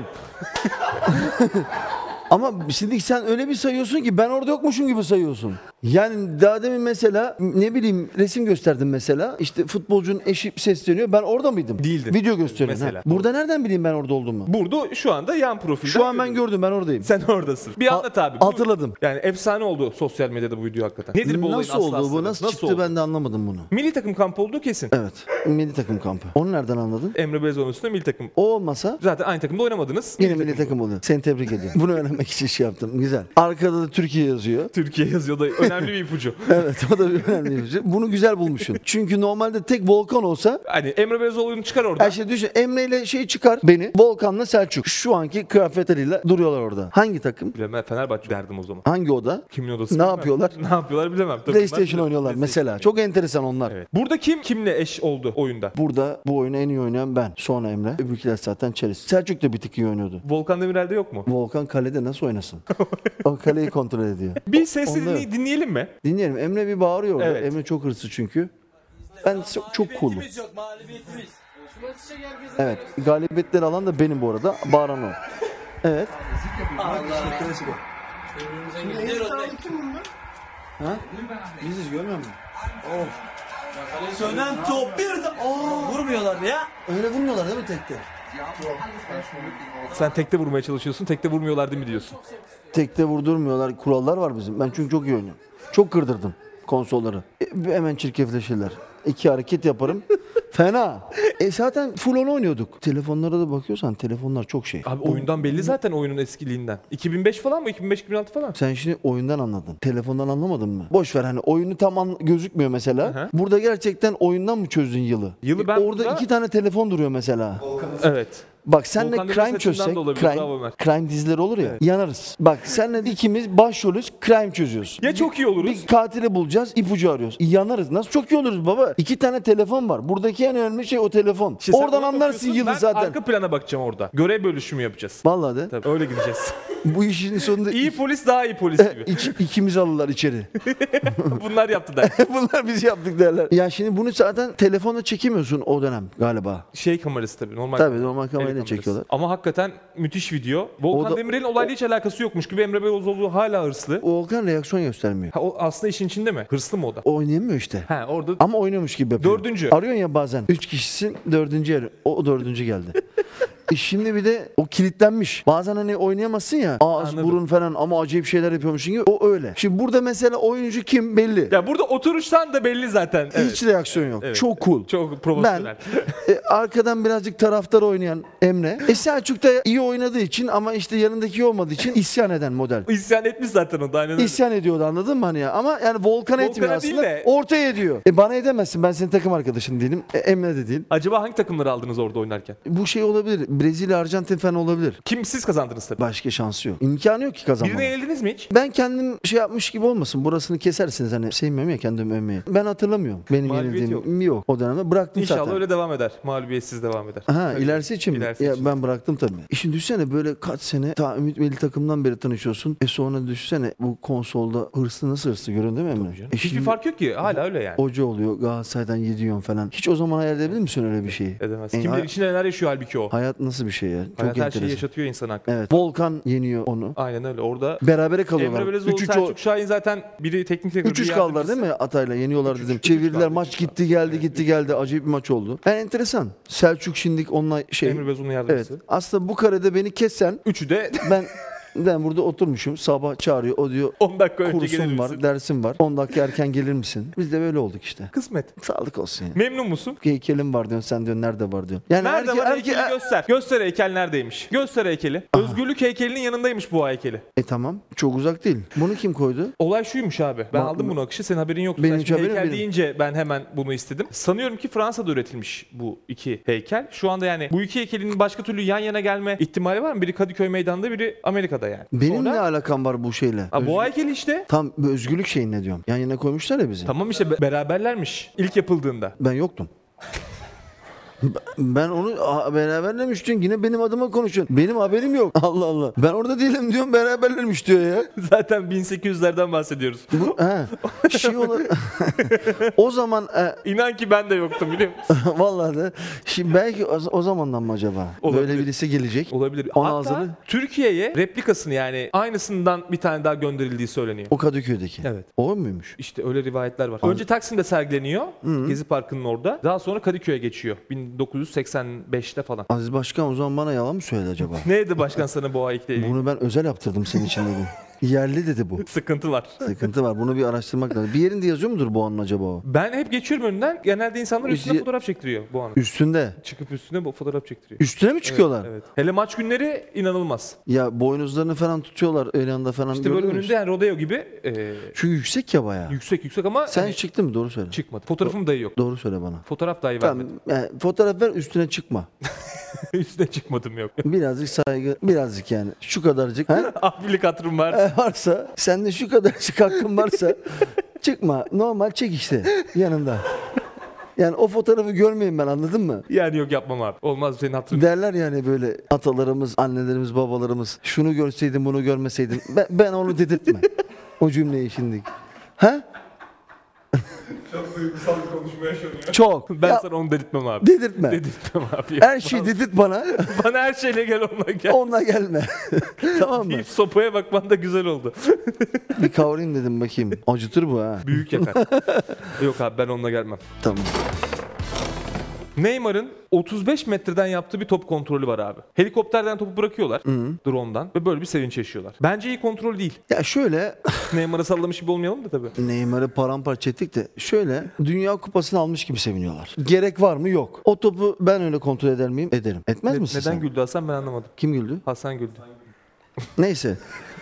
Ama şimdi sen öyle bir sayıyorsun ki ben orada yokmuşum gibi sayıyorsun. Yani daha demin mesela ne bileyim resim gösterdim mesela. İşte futbolcunun eşi sesleniyor. Ben orada mıydım? Değildin. Video gösteriyorum. Mesela. Ha. Burada nereden bileyim ben orada olduğumu? Burada şu anda yan profilde. Şu an ben gördüm ben oradayım. Sen oradasın. Bir Ha- anlat abi. Bu- hatırladım. Yani efsane oldu sosyal medyada bu video hakikaten. Nedir bu olayın Nasıl aslı oldu astarı? bu? Nasıl, çıktı oldu? ben de anlamadım bunu. Milli takım kampı olduğu kesin. Evet. Milli takım kampı. Onu nereden anladın? Emre Belezoğlu'nun üstünde milli takım. O olmasa Zaten aynı takımda oynamadınız. yine milli takım oluyor. Seni tebrik ediyorum. Bunu öğrenmek için şey yaptım. Güzel. Arkada da Türkiye yazıyor. Türkiye yazıyor da önemli bir ipucu. Evet o da bir önemli bir şey. Bunu güzel bulmuşsun. Çünkü normalde tek Volkan olsa Hani Emre Belezoğlu'nu çıkar orada. her şey düşün. Emre ile şey çıkar beni. Volkan'la Selçuk. Şu anki kıyafetleriyle duruyorlar orada. Hangi takım? Bilemem, Fenerbahçe derdim o zaman. Hangi oda? Kimin odası Ne bilmem. yapıyorlar? Ne yapıyorlar bilemem. Takımlar PlayStation bilemem. oynuyorlar PlayStation mesela. Çok enteresan onlar. Evet. Burada kim kimle eş oldu oyunda? Burada bu oyunu en iyi oynayan ben. Sonra Emre. Öbürkiler zaten Chelsea. Selçuk da bir tık iyi oynuyordu. Volkan Demirel'de yok mu? Volkan kalede nasıl oynasın? O kaleyi kontrol ediyor. Bir sesli Onda- dinley- dinleyelim mi? Dinleyelim. Emre bir bağırıyor orada. Evet. Emre çok hırslı çünkü. Ben çok, çok cool'um. Evet. Galibiyetleri alan da benim bu arada. Bağıran o. Evet. Ha? Biziz görmüyor musun? Sönen top bir de Aa, vurmuyorlar ya. Öyle vurmuyorlar değil mi tekte? Sen tekte vurmaya çalışıyorsun. Tekte vurmuyorlar değil mi diyorsun? Tekte vurdurmuyorlar. Kurallar var bizim. Ben çünkü çok iyi oynuyorum. Çok kırdırdım konsolları. E, hemen çirkefleşirler. İki hareket yaparım. Fena. E zaten full onu oynuyorduk. Telefonlara da bakıyorsan telefonlar çok şey. Abi oyundan belli zaten oyunun eskiliğinden. iki bin beş falan mı? iki bin beş iki bin altı falan. Sen şimdi oyundan anladın. Telefondan anlamadın mı? Boş ver hani oyunu tam an- gözükmüyor mesela. Hı hı. Burada gerçekten oyundan mı çözdün yılı? Yılı ben Orada burada- iki tane telefon duruyor mesela. Evet. Bak senle Volkan Demirel crime saçından çözsek, da olabilir, crime, bravo Ömer. crime dizileri olur ya, yanarız. Bak senle ikimiz başrolüz, crime çözüyoruz. Ya çok iyi oluruz. Bir katili bulacağız, ipucu arıyoruz. Yanarız. Nasıl çok iyi oluruz baba? İki tane telefon var. Buradaki en önemli şey o telefon. İşte sen Oradan ona anlarsın bakıyorsun, yılı ben zaten. arka plana bakacağım orada. Görev bölüşümü yapacağız. Vallahi de. Tabii öyle gideceğiz. Bu işin sonunda İyi polis daha iyi polis gibi. iç, ikimizi alırlar içeri. Bunlar yaptı der. Bunlar biz yaptık derler. Ya şimdi bunu zaten telefonla çekemiyorsun o dönem galiba. Şey kamerası tabii normal. Tabii normal El kamerayla kamerası. çekiyorlar. Ama hakikaten müthiş video. Volkan O da- Demirel'in olayla hiç alakası yokmuş gibi Emre Belezoğlu hala hırslı. Volkan reaksiyon göstermiyor. Ha, o aslında işin içinde mi? Hırslı mı o da? Oynayamıyor işte. Ha orada Ama oynuyormuş gibi yapıyor. Dördüncü. Arıyorsun ya bazen. Üç kişisin dördüncü yer. O, o dördüncü geldi. e şimdi bir de o kilitlenmiş. Bazen hani oynayamazsın ya. Ağız, Anladım. burun falan ama acayip şeyler yapıyormuşsun gibi. O öyle. Şimdi burada mesela oyuncu kim belli. ya burada oturuştan da belli zaten. Evet. Hiç reaksiyon yok. Evet. Çok cool. Çok profesyonel. E, arkadan birazcık taraftar oynayan Emre. E Selçuk da iyi oynadığı için ama işte yanındaki iyi olmadığı için isyan eden model. İsyan etmiş zaten o da aynen öyle. İsyan ediyordu anladın mı hani ya? Ama yani Volkan Volkan'a etmiyor değil aslında. de- Ortaya ediyor. E bana edemezsin. Ben senin takım arkadaşın değilim. E, Emre de değil. Acaba hangi takımları aldınız orada oynarken? Bu şey olabilir. Brezilya, Arjantin falan olabilir. Kim siz kazandınız tabii. Başka şansı yok. İmkanı yok ki kazanmanın. Birine yenildiniz mi hiç? Ben kendim şey yapmış gibi olmasın. Burasını kesersiniz hani. Sevmiyorum ya kendimi övmeyi. Ben hatırlamıyorum. Benim Mağlubiyet yenildiğim yok. yok. O dönemde bıraktım İnşallah zaten. öyle devam eder. Mağlubiyetsiz devam eder. Ha Tabii. ilerisi için mi? İlerisi Ya için. ben bıraktım tabii. E şimdi düşünsene böyle kaç sene ta Ümit Milli Takım'dan beri tanışıyorsun. E sonra düşünsene bu konsolda hırslı nasıl hırslı görün değil mi Emre? Canım. E Hiçbir şimdi fark yok ki. Hala öyle yani. hoca oluyor Galatasaray'dan yedi yon falan. Hiç o zaman hayal edebilir misin öyle bir şeyi? Edemez. E, Kim bilir hay- içinde neler yaşıyor halbuki o. Hayat nasıl bir şey ya? Çok Hayat her şeyi enteresan. yaşatıyor insan hakkında. Evet. Volkan yeniyor onu. Aynen öyle. Orada Berabere kalıyorlar. Emre Belezoğlu, üç üç Selçuk Şahin zaten biri teknik direktör, üç üç biri kaldılar yardımcısı. değil mi Atay'la? Yeniyorlar üç üç, dedim. üç üç Çevirdiler. kaldı, Maç üç üç gitti geldi gitti geldi. Acayip bir maç oldu. Yani enteresan. Selçuk Şindik onunla şey. Emre Belezoğlu'nun Evet. yardımcısı. Aslında bu karede beni kessen Üçü de ben ben burada oturmuşum. Sabah çağırıyor. O diyor on dakika önce gelir kursum var, misin? dersim var. on dakika erken gelir misin? Biz de böyle olduk işte. Kısmet. Sağlık olsun ya. Memnun musun? Heykelim var diyorsun sen diyorsun nerede var diyorsun. Yani Nerede herke- var herke- heykeli göster. Göster heykel neredeymiş. Göster heykeli. Özgürlük heykelinin yanındaymış bu heykeli. E tamam. Çok uzak değil. Bunu kim koydu? Olay şuymuş abi. Ben Ba- aldım bunu akışı. Senin haberin yoktu. Benim Sen hiç şimdi haberim heykel benim. deyince ben hemen bunu istedim. Sanıyorum ki Fransa'da üretilmiş bu iki heykel. Şu anda yani bu iki heykelin başka türlü yan yana gelme ihtimali var mı? Biri Kadıköy Meydanı'nda, biri Amerika'da yani. Benim Sonra- ne alakam var bu şeyle? Ha, bu Özgür- heykeli işte. Tam bu özgürlük şeyin ne diyorum. Yan yana koymuşlar ya bizi. Tamam işte be- beraberlermiş ilk yapıldığında. Ben yoktum. Ben onu a- beraberlemiş diyorsun. Yine benim adıma konuşuyorsun. Benim haberim yok. Allah Allah. Ben orada değilim diyorum beraberlermiş diyor ya. Zaten bin sekiz yüzlerden bahsediyoruz. Bu, he, şey olur. O zaman e, İnan ki ben de yoktum biliyor musun? vallahi de şimdi belki o, o zamandan mı acaba? Olabilir. Böyle birisi gelecek. Olabilir. Ona Hatta hazırlı. Türkiye'ye replikasını yani aynısından bir tane daha gönderildiği söyleniyor. O Kadıköy'deki. Evet. O muymuş? İşte öyle rivayetler var. Önce Taksim'de sergileniyor. Gezi Parkı'nın orada. Daha sonra Kadıköy'e geçiyor. bin dokuz yüz seksen beşte falan. Aziz Başkan o zaman bana yalan mı söyledi acaba? Neydi başkan sana bu ayıkla ilgili? Bunu ben özel yaptırdım senin için dedi. Yerli dedi bu. Sıkıntı var. Sıkıntı var. Bunu bir araştırmak lazım. Bir yerinde yazıyor mudur bu anın acaba o? Ben hep geçiyorum önünden. Genelde insanlar üstüne Üstü- fotoğraf çektiriyor bu anı. Üstünde. Çıkıp üstüne bu fotoğraf çektiriyor. Üstüne mi çıkıyorlar? Evet, evet. Hele maç günleri inanılmaz. Ya boynuzlarını falan tutuyorlar el yanında falan. İşte böyle gördün mü? önünde yani rodeo gibi e, Çünkü yüksek ya bayağı. yüksek yüksek ama Sen hani çıktın mı? Doğru söyle. çıkmadı. Fotoğrafım dahi yok. Doğru söyle bana. Fotoğraf dahi Tamam, vermedim. yani fotoğraf ver üstüne çıkma. Üstüne çıkmadım yok. Birazcık saygı, birazcık yani. Şu kadarcık. Ha? Abilik hatırım var. E, varsa, sende şu kadarcık hakkın varsa çıkma. Normal çek işte yanında. Yani o fotoğrafı görmeyeyim ben anladın mı? Yani yok yapmam abi. Olmaz senin hatırın. Derler yani böyle atalarımız, annelerimiz, babalarımız şunu görseydin bunu görmeseydin. Ben, ben onu dedirtme. O cümleyi şimdi. Ha? Çok duygusal bir konuşma yaşanıyor. Çok. Ben Ya, sana onu dedirtmem abi. dedirtme. Dedirtmem abi. Her şeyi dedirt bana. Bana her şeyle gel onunla gel. Onunla gelme. Tamam mı? Deyip sopaya bakman da güzel oldu. Bir kavrayayım dedim bakayım. Acıtır bu ha. Büyük yakar. Yok abi ben onunla gelmem. Tamam. Neymar'ın otuz beş metreden yaptığı bir top kontrolü var abi. Helikopterden topu bırakıyorlar. Drone'dan. Ve böyle bir sevinç yaşıyorlar. Bence iyi kontrol değil. Ya şöyle Neymar'ı sallamış gibi olmayalım da tabii. Neymar'ı paramparça ettik de şöyle Dünya Kupası'nı almış gibi seviniyorlar. Gerek var mı? Yok. O topu ben öyle kontrol eder miyim? Ederim. Etmez Ne- misin neden sen? güldü Hasan ben anlamadım. Kim güldü? Hasan güldü. Neyse.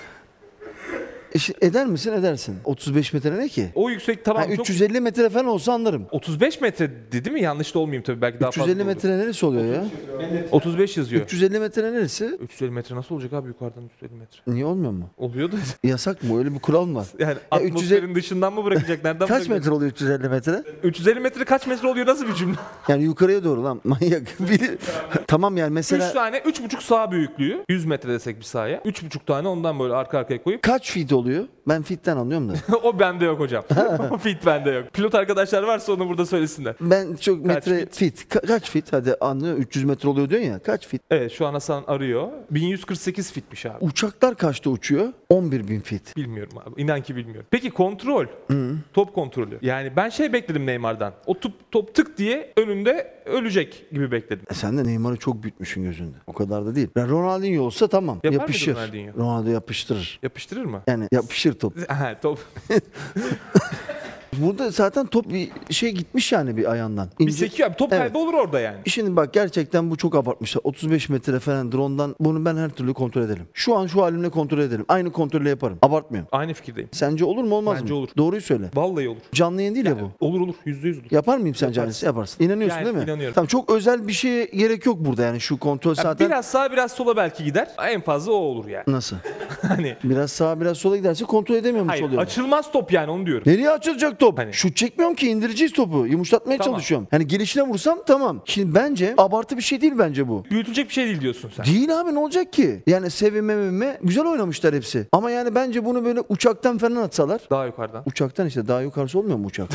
İşte eder misin? Edersin. otuz beş metre ne ki? O yüksek tamam Ha, çok... üç yüz elli metre falan olsa anlarım. otuz beş metre dedi mi? Yanlış da olmayayım tabii. Belki daha üç yüz fazla elli da olur. metre neresi oluyor ya? otuz beş yazıyor. üç yüz elli metre neresi? üç yüz elli metre nasıl olacak abi yukarıdan üç yüz elli metre? Niye olmuyor mu? Oluyor da Yasak mı? Öyle bir kural mı var? yani Ya üç yüz elli atmosferin dışından mı bırakacak? Nereden Kaç bırakacak? metre oluyor üç yüz elli metre? üç yüz elli metre kaç metre oluyor? Nasıl bir cümle? Yani yukarıya doğru lan. Manyak. Biri- tamam yani mesela üç tane üç buçuk sağ büyüklüğü. yüz metre desek bir sahaya. üç buçuk tane ondan böyle arka arkaya koyup. kaç feet oluyor? Ben feet'ten anlıyorum da. O bende yok hocam. O fit bende yok. Pilot arkadaşlar varsa onu burada söylesinler. Ben çok metre feet? feet. Ka- kaç feet? Hadi anlıyor. üç yüz metre oluyor diyorsun ya. Kaç feet? Evet şu an Hasan arıyor. bin yüz kırk sekiz fitmiş abi. Uçaklar kaçta uçuyor? on bir bin feet. Bilmiyorum abi. İnan ki bilmiyorum. Peki kontrol. Top kontrolü. Yani ben şey bekledim Neymar'dan. O top, top tık diye önünde ölecek gibi bekledim. E sen de Neymar'ı çok büyütmüşsün gözünde. O kadar da değil. Yani Ronaldinho olsa tamam. Yapar mıydı yapışır. Ronaldinho? Ronaldo yapıştırır. Yapıştırır mı? Yani yapışır top. Ha, top. Burada zaten top bir şey gitmiş yani bir ayağından. Bir İnce- sekiyor abi. Top Evet. kaybı olur orada yani. Şimdi bak gerçekten bu çok abartmışlar. otuz beş metre falan drone'dan bunu ben her türlü kontrol ederim. Şu an şu halimle kontrol ederim. Aynı kontrolle yaparım. Abartmıyorum. Aynı fikirdeyim. Sence olur mu olmaz Bence mı? olur. Doğruyu söyle. Vallahi olur. Canlı yayın değil ya bu. Olur olur. Yüzde yüz olur. Yapar mıyım sence Yaparsın. annesi? Yaparsın. İnanıyorsun Yani değil mi? inanıyorum. Tamam, çok özel bir şeye gerek yok burada yani şu kontrol Ya zaten. Biraz sağa biraz sola belki gider. En fazla o olur yani. Nasıl? Hani Biraz sağa biraz sola giderse kontrol edemiyormuş hayır oluyor. açılmaz top yani onu diyorum. Nereye açılacak top? Hani- Şut çekmiyorum ki, indireceğiz topu. Yumuşatmaya Tamam. çalışıyorum. Hani gelişine vursam tamam. Şimdi bence abartı bir şey değil bence bu. Büyütülecek bir şey değil diyorsun sen. Değil abi, ne olacak ki? Yani sevime mevime güzel oynamışlar hepsi. Ama yani bence bunu böyle uçaktan falan atsalar. Daha yukarıdan. Uçaktan işte daha yukarısı olmuyor mu uçak?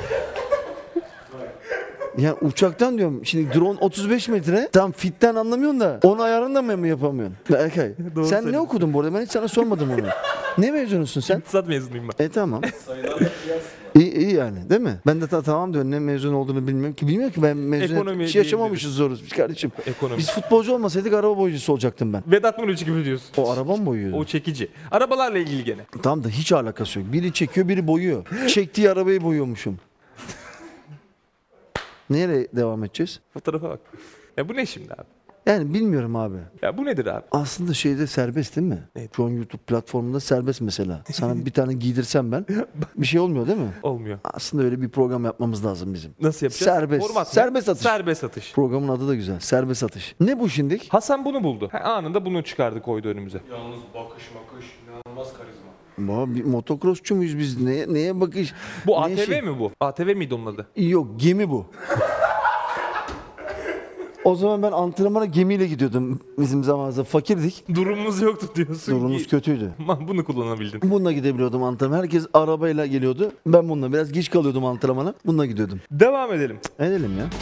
Yani uçaktan diyorum. Şimdi drone otuz beş metre. Tam fitten anlamıyorsun da onu ayarını da mı yapamıyorsun? Berkay. Doğru Sen ne söylüyorsun. okudun bu arada? Ben hiç sana sormadım onu. Ne mezunusun sen? İktisat mezunuyum ben. E tamam. Sayılarla kıyas. İyi, iyi yani değil mi? Ben de ta- tamam diyorum, ne mezun olduğunu bilmiyorum ki. Bilmiyorum ki ben mezun Ekonomi hiç yaşamamışız zoruz biz kardeşim. Ekonomi. Biz futbolcu olmasaydık araba boyacısı olacaktım ben. Vedat Muriç gibi diyorsun. O araba mı boyuyordu? O çekici. Arabalarla ilgili gene. Tamam da hiç alakası yok. Biri çekiyor, biri boyuyor. Çektiği arabayı boyuyormuşum. Nereye devam edeceğiz? Fotoğrafa bak. Ya bu ne şimdi abi? Yani bilmiyorum abi. Ya bu nedir abi? Aslında şeyde serbest değil mi? Evet. Şu an YouTube platformunda serbest mesela. Sana bir tane giydirsem ben bir şey olmuyor değil mi? Olmuyor. Aslında öyle bir program yapmamız lazım bizim. Nasıl yapacağız? Serbest. Format ne? Serbest atış. Serbest atış. Programın adı da güzel. Serbest atış. Ne bu şimdi? Hasan bunu buldu. Ha, anında bunu çıkardı koydu önümüze. Yalnız bakış makış inanılmaz karizma. Ba, bir motocrossçu muyuz biz? Neye, neye bakış? Bu Ne A T V şey? mi bu? A T V miydi onun adı? Yok, gemi bu. O zaman ben antrenmana gemiyle gidiyordum bizim zamanımızda. Fakirdik. Durumumuz yoktu diyorsun Durumumuz ki. kötüydü. Aman bunu kullanabildin. Bununla gidebiliyordum antrenmana. Herkes arabayla geliyordu. Ben bununla biraz geç kalıyordum antrenmana. Bununla gidiyordum. Devam edelim. Edelim ya.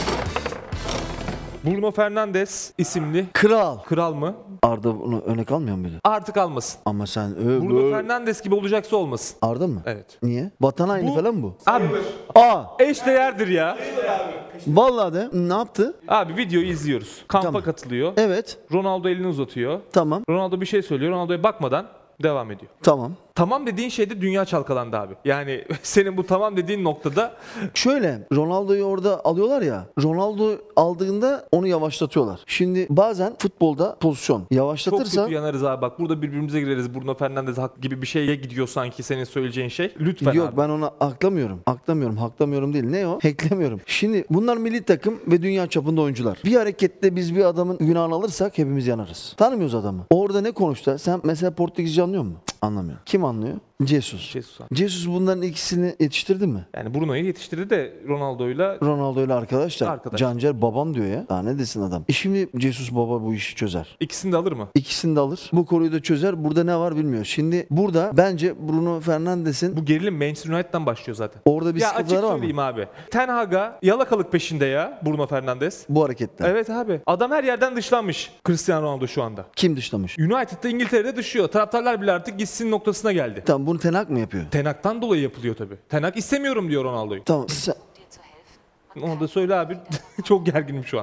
Bruno Fernandes isimli Kral. kral mı? Arda bunu örnek almıyor muydu? Artık almasın. Ama sen ö, Bruno ö- Fernandes gibi olacaksa olmasın. Arda mı? Evet. Niye? Vatan haini Bu- falan mı bu? Abi Aa, eş değerdir ya. vallahi de. Ne yaptı? Abi videoyu izliyoruz. Kampa Tamam. katılıyor. Evet. Ronaldo elini uzatıyor. Tamam. Ronaldo bir şey söylüyor. Ronaldo'ya bakmadan devam ediyor. Tamam. Tamam dediğin şeyde dünya çalkalandı abi. Yani senin bu tamam dediğin noktada Şöyle, Ronaldo'yu orada alıyorlar ya. Ronaldo aldığında onu yavaşlatıyorlar. Şimdi bazen futbolda pozisyon çok yavaşlatırsa kötü yanarız abi. Bak burada birbirimize gireriz. Bruno Fernandes hak gibi bir şeye gidiyor sanki senin söyleyeceğin şey. Lütfen yok, abi. ben ona aklamıyorum. Aklamıyorum, haklamıyorum değil. Ne o? Hacklemiyorum. Şimdi bunlar milli takım ve dünya çapında oyuncular. Bir harekette biz bir adamın günahını alırsak hepimiz yanarız. Tanımıyoruz adamı. Orada ne konuştu? Sen mesela Portekizce anlıyor musun? Cık, anlamıyorum. Kim anlıyor? Jesus. Jesus abi. Jesus bunların ikisini yetiştirdi mi? Yani Bruno'yu yetiştirdi de Ronaldo'yla Ronaldo ile arkadaşlar. Arkadaş. Cancer babam diyor ya. Daha ne desin adam. E şimdi Jesus baba bu işi çözer. ikisini de alır mı? İkisini de alır. Bu konuyu da çözer. Burada ne var bilmiyor. Şimdi burada bence Bruno Fernandes'in Bu gerilim Manchester United'dan başlıyor zaten. orada bir Ya açık sıkıntıları var mı? söyleyeyim abi. Ten Hag'a yalakalık peşinde ya Bruno Fernandes. Bu hareketten. Evet abi. Adam her yerden dışlanmış Cristiano Ronaldo şu anda. Kim dışlamış? United'da İngiltere'de dışlıyor. Taraftarlar bile artık gitsin noktasına geldi. Tamam, bunu Ten Hag mı yapıyor? Ten Hag'tan dolayı yapılıyor tabii. Ten Hag istemiyorum diyor Ronaldo'yu. Tamam. Sen, Onu da söyle abi. Çok gerginim şu an.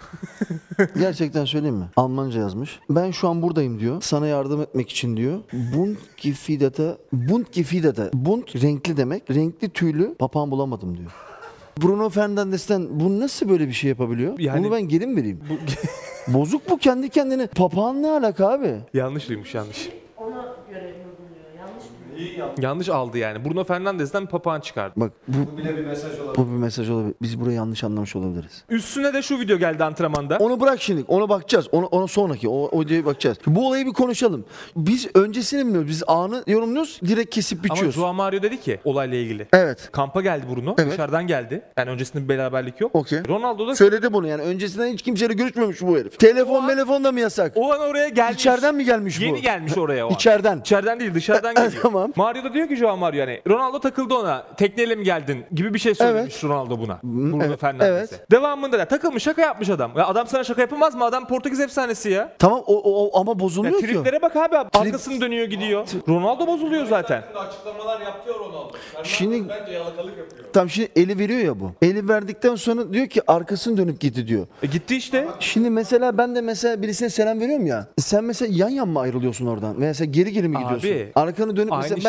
gerçekten söyleyeyim mi? Almanca yazmış. Ben şu an buradayım diyor. Sana yardım etmek için diyor. Bund gefidete. Bund gefidete. Bund renkli demek. Renkli tüylü papağan bulamadım diyor. Bruno Fernandes'ten bu nasıl böyle bir şey yapabiliyor? Yani- Bunu ben geri mi vereyim? Bu Bozuk bu kendi kendine. Papağan ne alaka abi? yanlış duymuş yanlış. Ona göre yorumluyor. Yanlış mı? İyi ya. Yanlış aldı yani. Bruno Fernandes'ten bir papağan çıkardı. Bak bu, Bu bile bir mesaj olabilir. bu bir mesaj olabilir. Biz burayı yanlış anlamış olabiliriz. Üstüne de şu video geldi antrenmanda. Onu bırak şimdi. Ona bakacağız. Ona, ona sonraki. O, o videoya bakacağız. Bu olayı bir konuşalım. Biz öncesini bilmiyoruz. Biz anı yorumluyoruz. Direkt kesip Ama biçiyoruz. Joao Mario dedi ki olayla ilgili. Evet. Kampa geldi Bruno. Evet. Dışarıdan geldi. Yani öncesinde bir beraberlik yok. Okey. Ronaldo da Söyledi bunu yani. Öncesinden hiç kimseyle görüşmemiş bu herif. Telefon, an- telefon da mı yasak? o an oraya gelmiş. İçeriden mi gelmiş bu? Yeni gelmiş oraya o an. İçeriden. İçeriden değil dışarıdan E, geliyor. tamam. Mario da diyor ki Joao Mario yani Ronaldo takıldı ona. Tekneyle mi geldin gibi bir şey söylemiş Ronaldo buna. Bruno evet, Fernandes'e. evet. Devamında da takılmış şaka yapmış adam. Ya adam sana şaka yapamaz mı? Adam Portekiz efsanesi ya. Tamam o, o, o- ama Ya bozulmuyor ki. o. triplere bak abi. Arkasını dönüyor gidiyor. Ronaldo bozuluyor zaten. Hakkında açıklamalar yaptı ya Ronaldo. Fernandes Şimdi- bence yalakalık yapıyor. Tam şimdi eli veriyor ya bu. Eli verdikten sonra diyor ki arkasını dönüp gitti diyor. E gitti işte. Şimdi mesela ben de mesela birisine selam veriyorum ya. Sen mesela yan yan mı ayrılıyorsun oradan? Mesela geri geri mi Abi, gidiyorsun? Arkanı dönüp Aynı mesela ben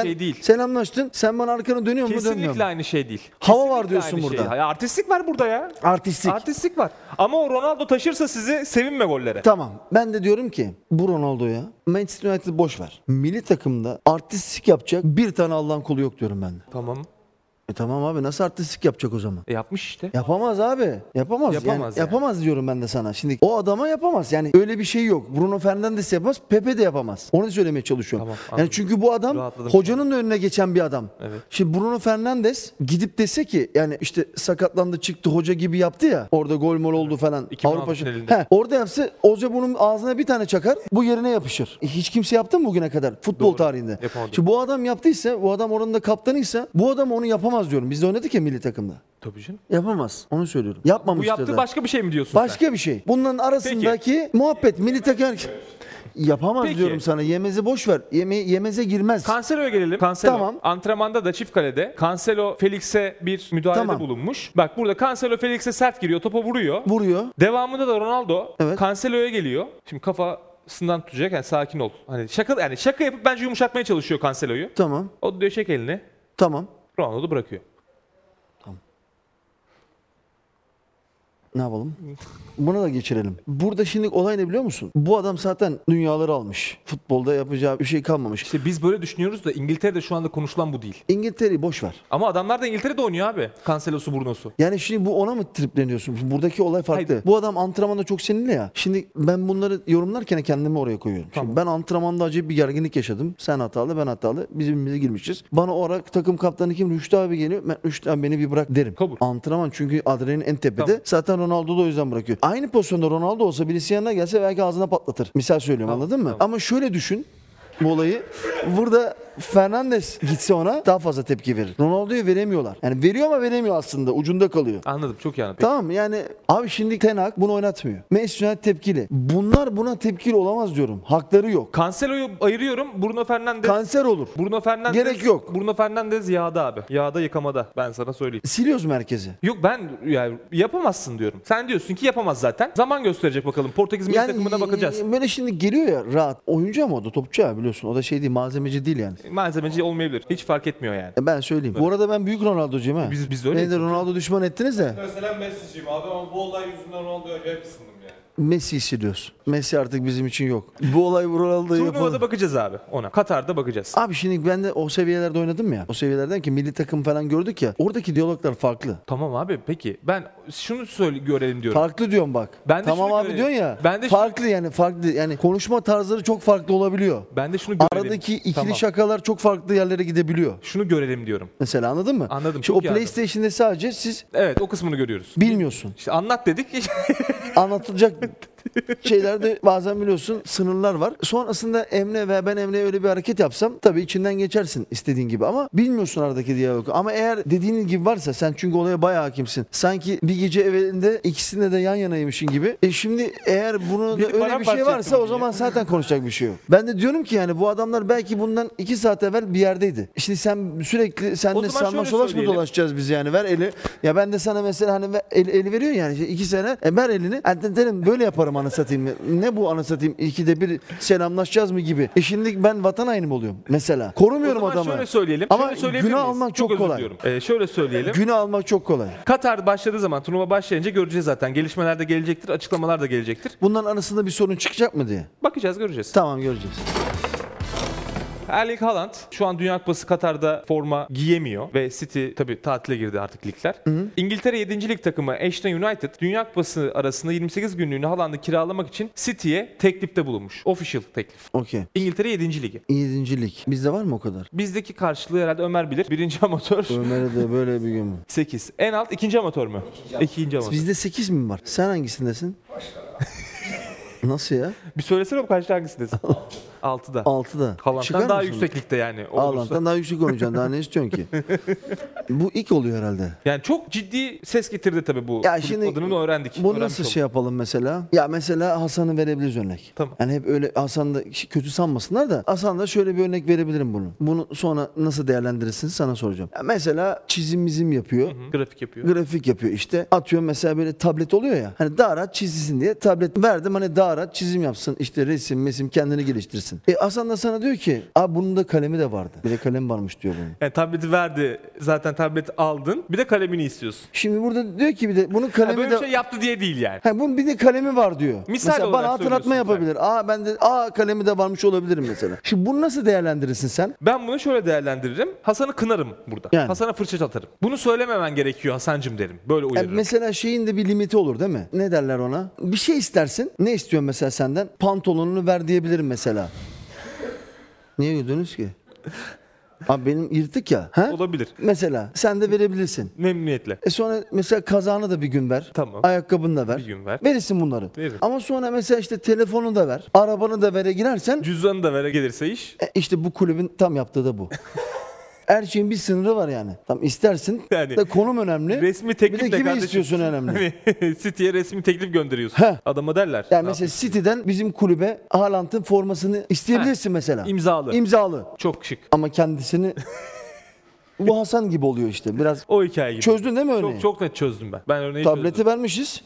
şey değil. Selamlaştın. Sen bana arkanı dönüyor mu dönmüyor Kesinlikle mu? aynı şey değil. Hava var Kesinlikle diyorsun aynı burada. Şey. Ya, artistlik var burada ya. Artistlik. Artistlik var. Ama o Ronaldo taşırsa sizi sevinme gollere. Tamam. Ben de diyorum ki bu Ronaldo'ya Manchester United boş ver. Milli takımda artistlik yapacak bir tane Allah'ın kulu yok diyorum ben de. Tamam. E tamam abi, nasıl artistlik yapacak o zaman? E, yapmış işte. Yapamaz abi. Yapamaz. Yapamaz yani, yani. Yapamaz diyorum ben de sana. Şimdi o adama yapamaz. Yani öyle bir şey yok. Bruno Fernandes yapamaz. Pepe de yapamaz. Onu söylemeye çalışıyorum. Tamam, yani anladım. çünkü bu adam Rahatladım. hocanın da önüne geçen bir adam. Evet. Şimdi Bruno Fernandes gidip dese ki yani işte sakatlandı çıktı hoca gibi yaptı ya. Orada gol mol oldu falan. iki bin on altı Avrupa finalinde. He, orada yapsa hoca bunun ağzına bir tane çakar. Bu yerine yapışır. E, hiç kimse yaptı mı bugüne kadar futbol Doğru. tarihinde? Yapamadı. Şimdi bu adam yaptıysa, bu adam oranın da kaptanıysa bu adam onu yapamaz diyorum. Biz de oynadık ya milli takımda. Tabii canım. Yapamaz. Onu söylüyorum. Bu Yapmamıştır yaptığı da. başka bir şey mi diyorsun sen? Başka bir şey. Bunların arasındaki muhabbet. Milli takım yapamaz Peki. diyorum sana. Yemezi boş ver. Yeme yemeze girmez. Cancelo'ya gelelim. Cancelo. Tamam. Antrenmanda da çift kalede. Cancelo Felix'e bir müdahalede Tamam. bulunmuş. Bak burada Cancelo Felix'e sert giriyor. Topa vuruyor. Vuruyor. Devamında da Ronaldo Evet. Cancelo'ya geliyor. Şimdi kafasından tutacak, yani sakin ol. Hani şaka yani şaka yapıp bence yumuşatmaya çalışıyor Cancelo'yu. Tamam. O da diyor çek elini. Tamam. Ronaldo da bırakıyor. Ne yapalım? Buna da geçirelim. Burada şimdi olay ne biliyor musun? Bu adam zaten dünyaları almış. Futbolda yapacağı bir şey kalmamış. İşte biz böyle düşünüyoruz da İngiltere'de şu anda konuşulan bu değil. İngiltere'yi boş ver. Ama adamlar da İngiltere'de oynuyor abi. Cancelo'su, Bruno'su. Yani şimdi bu ona mı tripleniyorsun? Buradaki olay farklı. Hayır. Bu adam antrenmanda çok sinirli ya. Şimdi ben bunları yorumlarken kendimi oraya koyuyorum. Tamam. Şimdi ben antrenmanda acayip bir gerginlik yaşadım. Sen hatalı, ben hatalı. Biz birbirimize girmişiz. Bana o ara takım kaptanı kim? Rüştü abi geliyor. Ben Rüştü abi beni bir bırak derim. Kabul. Antrenman çünkü adrenalin en tepede. Tamam. Zaten Ronaldo da o yüzden bırakıyor. Aynı pozisyonda Ronaldo olsa birisi yanına gelse belki ağzına patlatır. Misal söylüyorum, Tamam, anladın mı? tamam. Ama şöyle düşün bu olayı. Burada Fernandes gitse ona daha fazla tepki verir. Ronaldo'ya veremiyorlar. Yani veriyor ama veremiyor aslında. Ucunda kalıyor. Anladım, çok iyi anladım. Tamam yani abi şimdi Ten Hag bunu oynatmıyor. Manchester United tepkili. Bunlar buna tepkili olamaz diyorum. Hakları yok. Cancelo'yu ayırıyorum. Bruno Fernandes. Kanser olur. Bruno Fernandes. Gerek yok. Bruno Fernandes yağda abi. Yağda yıkamada. Ben sana söyleyeyim. Siliyoruz merkezi. Yok ben yani yapamazsın diyorum. Sen diyorsun ki yapamaz zaten. Zaman gösterecek bakalım. Portekiz milli takımına bakacağız. Böyle şimdi geliyor ya rahat. Oyuncu ama o da topçu ya, biliyorsun. O da şey değil, malzemeci değil yani. Malzemeci olmayabilir. Hiç fark etmiyor yani. E ben söyleyeyim. Bu arada ben büyük Ronaldo'cuyum ha. Biz biz Beni öyleyiz. de Ronaldo düşman ettiniz de Mesela Messi'ciyim abi ama bu olay yüzünden Ronaldo'ya acayip ısındım yani. Messi'yi siliyoruz. Messi artık bizim için yok. Bu olay bu Ronaldo'yu Turnuvada yapalım. bakacağız abi ona. Katar'da bakacağız. Abi şimdi ben de o seviyelerde oynadım ya. O seviyelerden ki milli takım falan gördük ya. Oradaki diyaloglar farklı. Tamam abi peki ben şunu söyle görelim diyorum. Farklı diyorum bak. Ben de tamam şunu abi görelim. diyorsun ya. Ben de şunu- farklı yani farklı yani konuşma tarzları çok farklı olabiliyor. Ben de şunu görelim. Aradaki ikili Tamam. şakalar çok farklı yerlere gidebiliyor. Şunu görelim diyorum. Mesela anladın mı? Anladım, Şimdi çok o iyi anladım. PlayStation'da sadece siz Evet o kısmını görüyoruz. bilmiyorsun. İşte anlat dedik. Anlatılacak şeylerde bazen biliyorsun sınırlar var. Sonrasında Emre ve ben Emre'ye öyle bir hareket yapsam tabii içinden geçersin istediğin gibi ama bilmiyorsun aradaki diyalogu. Ama eğer dediğin gibi varsa sen çünkü olaya bayağı hakimsin. Sanki bir gece evinde ikisinde de yan yanaymışın gibi. E şimdi eğer bunu da Bir öyle bir paramparça şey varsa ettim o diye. zaman zaten konuşacak bir şey yok. Ben de diyorum ki yani bu adamlar belki bundan iki saat evvel bir yerdeydi. Şimdi sen sürekli O senle zaman sarmaş şöyle dolaş mı söyleyelim. dolaşacağız biz yani ver eli. Ya ben de sana mesela hani ver- el, eli veriyor yani işte iki sene e, ver elini. Yani derim böyle yaparım anı satayım. Ne bu anı satayım ikide bir selamlaşacağız mı gibi. E şimdi ben vatan haini mi oluyorum mesela? Korumuyorum O zaman adamı. şöyle söyleyelim. Ama şöyle söyleyebilir günah miyiz? almak çok özür kolay. diliyorum. Ee, şöyle söyleyelim. Günah almak çok kolay. Katar başladığı zaman, turnuva başlayınca göreceğiz zaten. Gelişmeler de gelecektir, açıklamalar da gelecektir. Bunların arasında bir sorun çıkacak mı diye. Bakacağız, göreceğiz. Tamam göreceğiz. Erling Haaland şu an Dünya Kupası Katar'da forma giyemiyor ve City tabii tatile girdi artık ligler. İngiltere yedinci lig takımı Ashton United Dünya Kupası arasında yirmi sekiz günlüğüne Haaland'ı kiralamak için City'ye teklifte bulunmuş. Official teklif. Okey. İngiltere yedinci ligi. yedinci lig. Bizde var mı o kadar? Bizdeki karşılığı herhalde Ömer bilir. Birinci amatör Ömer'e de böyle bir gün mü? sekiz. En alt ikinci amatör mü? İkinci amatör. Bizde sekiz mi var? Sen hangisindesin? Nasıl ya? Bir söylesene oğlum kaçta hangisindesin? altıda. altıda. Haaland'dan daha yüksek ligde yani. olursa. Haaland'dan daha yüksek oynayacaksın. Daha ne istiyorsun ki? Bu ilk oluyor herhalde. Yani çok ciddi ses getirdi tabii bu. Ya Kulüp şimdi adını öğrendik. Bunu Öğrenmiş nasıl olduk. şey yapalım mesela? Ya mesela Hasan'ı verebiliriz örnek. Tamam. Yani hep öyle Hasan'da kötü sanmasınlar da Hasan'da şöyle bir örnek verebilirim bunu. Bunu sonra nasıl değerlendirirsiniz sana soracağım. Ya mesela çizim mizim yapıyor. Hı, grafik yapıyor. Grafik yapıyor işte. Atıyorum mesela böyle tablet oluyor ya. Hani daha rahat çizilsin diye tablet verdim hani daha rahat çizim yapsın. İşte resim, mesim kendini geliştirsin. verebilirsin. E Hasan da sana diyor ki abi bunun da kalemi de vardı. Bir de kalem varmış diyor bunun. Yani tableti verdi. Zaten tableti aldın. Bir de kalemini istiyorsun. Şimdi burada diyor ki bir de bunun Ha, kalemi böyle de... bir şey yaptı diye değil yani. Ha, bunun bir de kalemi var diyor. Misal mesela bana olarak hatırlatma söylüyorsun yapabilir. Aa ben de aa kalemi de varmış olabilirim mesela. Şimdi bunu nasıl değerlendirirsin sen? Ben bunu şöyle değerlendiririm. Hasan'ı kınarım burada. Yani. Hasan'a fırça atarım. Bunu söylememen gerekiyor Hasan'cım derim. Böyle Yani uyarırım. mesela şeyin de bir limiti olur değil mi? Ne derler ona? Bir şey istersin. Ne istiyorsun mesela senden? Pantolonunu ver diyebilirim mesela. Niye güldünüz ki? Abi benim yırtık ya. Ha? Olabilir. Mesela sen de verebilirsin. Memnuniyetle. E sonra mesela kazağını da bir gün ver. Tamam. Ayakkabını da ver. Bir gün ver. Verirsin bunları. Veririm. Ama sonra mesela işte telefonu da ver. Arabanı da vere girersen Cüzdanı da vere gelirse iş. e, işte bu kulübün tam yaptığı da bu. Her şeyin bir sınırı var yani. Tam istersin Yani de konum önemli. Resmi teklif bir de de kimi kardeşim. istiyorsun önemli. Hani City'ye resmi teklif gönderiyorsun. Heh. Adama derler. Yani Ne mesela yapıyorsun? City'den bizim kulübe Haaland'ın formasını isteyebilirsin mesela. İmzalı. İmzalı. Çok şık. Ama kendisini bu Hasan gibi oluyor işte. Biraz O hikaye gibi. çözdün değil mi örneği? Çok çok net çözdüm ben. Ben örneği Tableti çözdüm. vermişiz.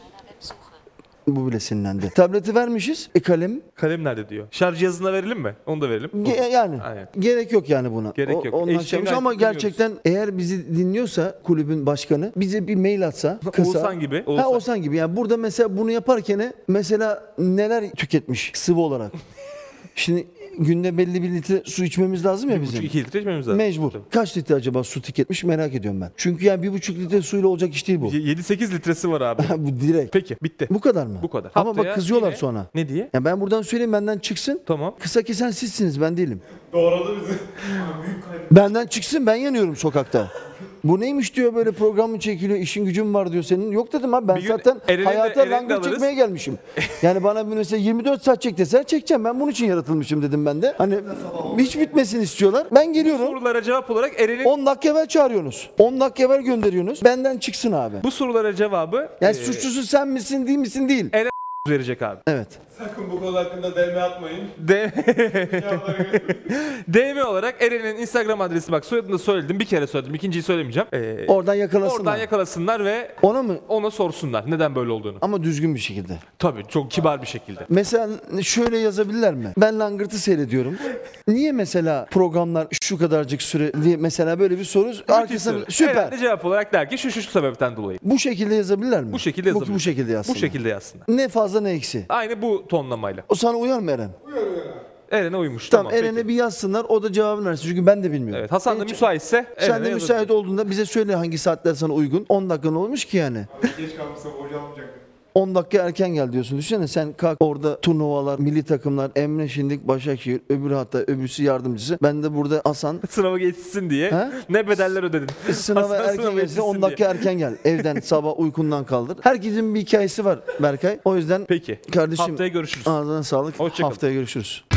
Bu bile sinirlendi. Tableti vermişiz. E kalem. Kalem nerede diyor. Şarj cihazına verelim mi? Onu da verelim. Ge- yani Aynen. gerek yok yani buna. Gerek O- yok. ondan Eşeğini şeymiş ama artık dinliyoruz. gerçekten eğer bizi dinliyorsa kulübün başkanı bize bir mail atsa kısa. Oğuzhan gibi. Ha Oğuzhan. Oğuzhan gibi. Yani burada mesela bunu yaparken mesela neler tüketmiş sıvı olarak. Şimdi günde belli bir litre su içmemiz lazım ya Bir bizim. buçuk iki litre içmemiz lazım. Mecbur. Tabii. Kaç litre acaba su tüketmiş merak ediyorum ben. Çünkü yani bir buçuk litre suyla olacak iş değil bu. yedi sekiz litresi var abi. Bu direkt. Peki bitti. Bu kadar mı? Bu kadar. Ama Haftaya bak kızıyorlar yine- sonra. Ne diye? Ya ben buradan söyleyeyim benden çıksın. Tamam. Kısa kesen sizsiniz ben değilim. Doğradı bizi. Büyük kaybı. Benden çıksın ben yanıyorum sokakta. Bu neymiş diyor böyle program mı çekiliyor işin gücün var diyor senin. Yok dedim abi ben Bir gün zaten Eren'in de- hayata Eren'in de langır alırız. çekmeye gelmişim. Yani bana bir mesela yirmi dört saat çek deseler çekeceğim ben bunun için yaratılmışım dedim ben de. Hani hiç bitmesin istiyorlar. Ben geliyorum. Sorulara cevap olarak Eren'in on dakika evvel çağırıyorsunuz. on dakika evvel gönderiyorsunuz. Benden çıksın abi. bu sorulara cevabı Yani e, suçlusu sen misin değil misin değil. verecek abi. Evet. Sakın bu konu hakkında D M atmayın. D Cevapları verin. D M olarak Eren'in Instagram adresi bak soyadını da söyledim. Bir kere söyledim. İkinciyi söylemeyeceğim. Ee, Oradan yakalasınlar. oradan yakalasınlar ve Ona mı? ona sorsunlar neden böyle olduğunu. Ama düzgün bir şekilde. Tabii çok kibar bir şekilde. Mesela şöyle yazabilirler mi? Ben langırtı seyrediyorum. Niye mesela programlar şu kadarcık süre diye mesela böyle bir soru arkasına Müthiş süper. Eren de cevap olarak der ki şu şu şu sebepten dolayı. Bu şekilde yazabilirler mi? Bu şekilde bu, yazabilir. bu şekilde yazsınlar. Bu şekilde yazsınlar. Ne fazla ne eksi. Aynı bu tonlamayla. O sana uyar mı Eren? Eren'e uymuş. Tamam, Tamam, Eren'e peki. bir yazsınlar o da cevabını versin. Çünkü ben de bilmiyorum. Evet, Hasan da E, müsaitse Sen Eren'e de yazabilir. müsait olduğunda bize söyle hangi saatler sana uygun. on dakikan olmuş ki yani. Geç kalmışsa hoca almayacak. on dakika erken gel diyorsun. Düşünsene sen kalk orada turnuvalar, milli takımlar, Emre Şindik, Başakşehir, öbürü hatta öbürsü yardımcısı. Ben de burada Hasan. Sınava geçsin diye Ha? ne bedeller ödedin. Sınava Hasan erken sınava gelsin yetişsin on dakika diye. erken gel. Evden sabah uykundan kaldır. Herkesin bir hikayesi var Berkay. O yüzden Peki. kardeşim Haftaya görüşürüz. ağzına sağlık. Hoşça kalın. Haftaya görüşürüz.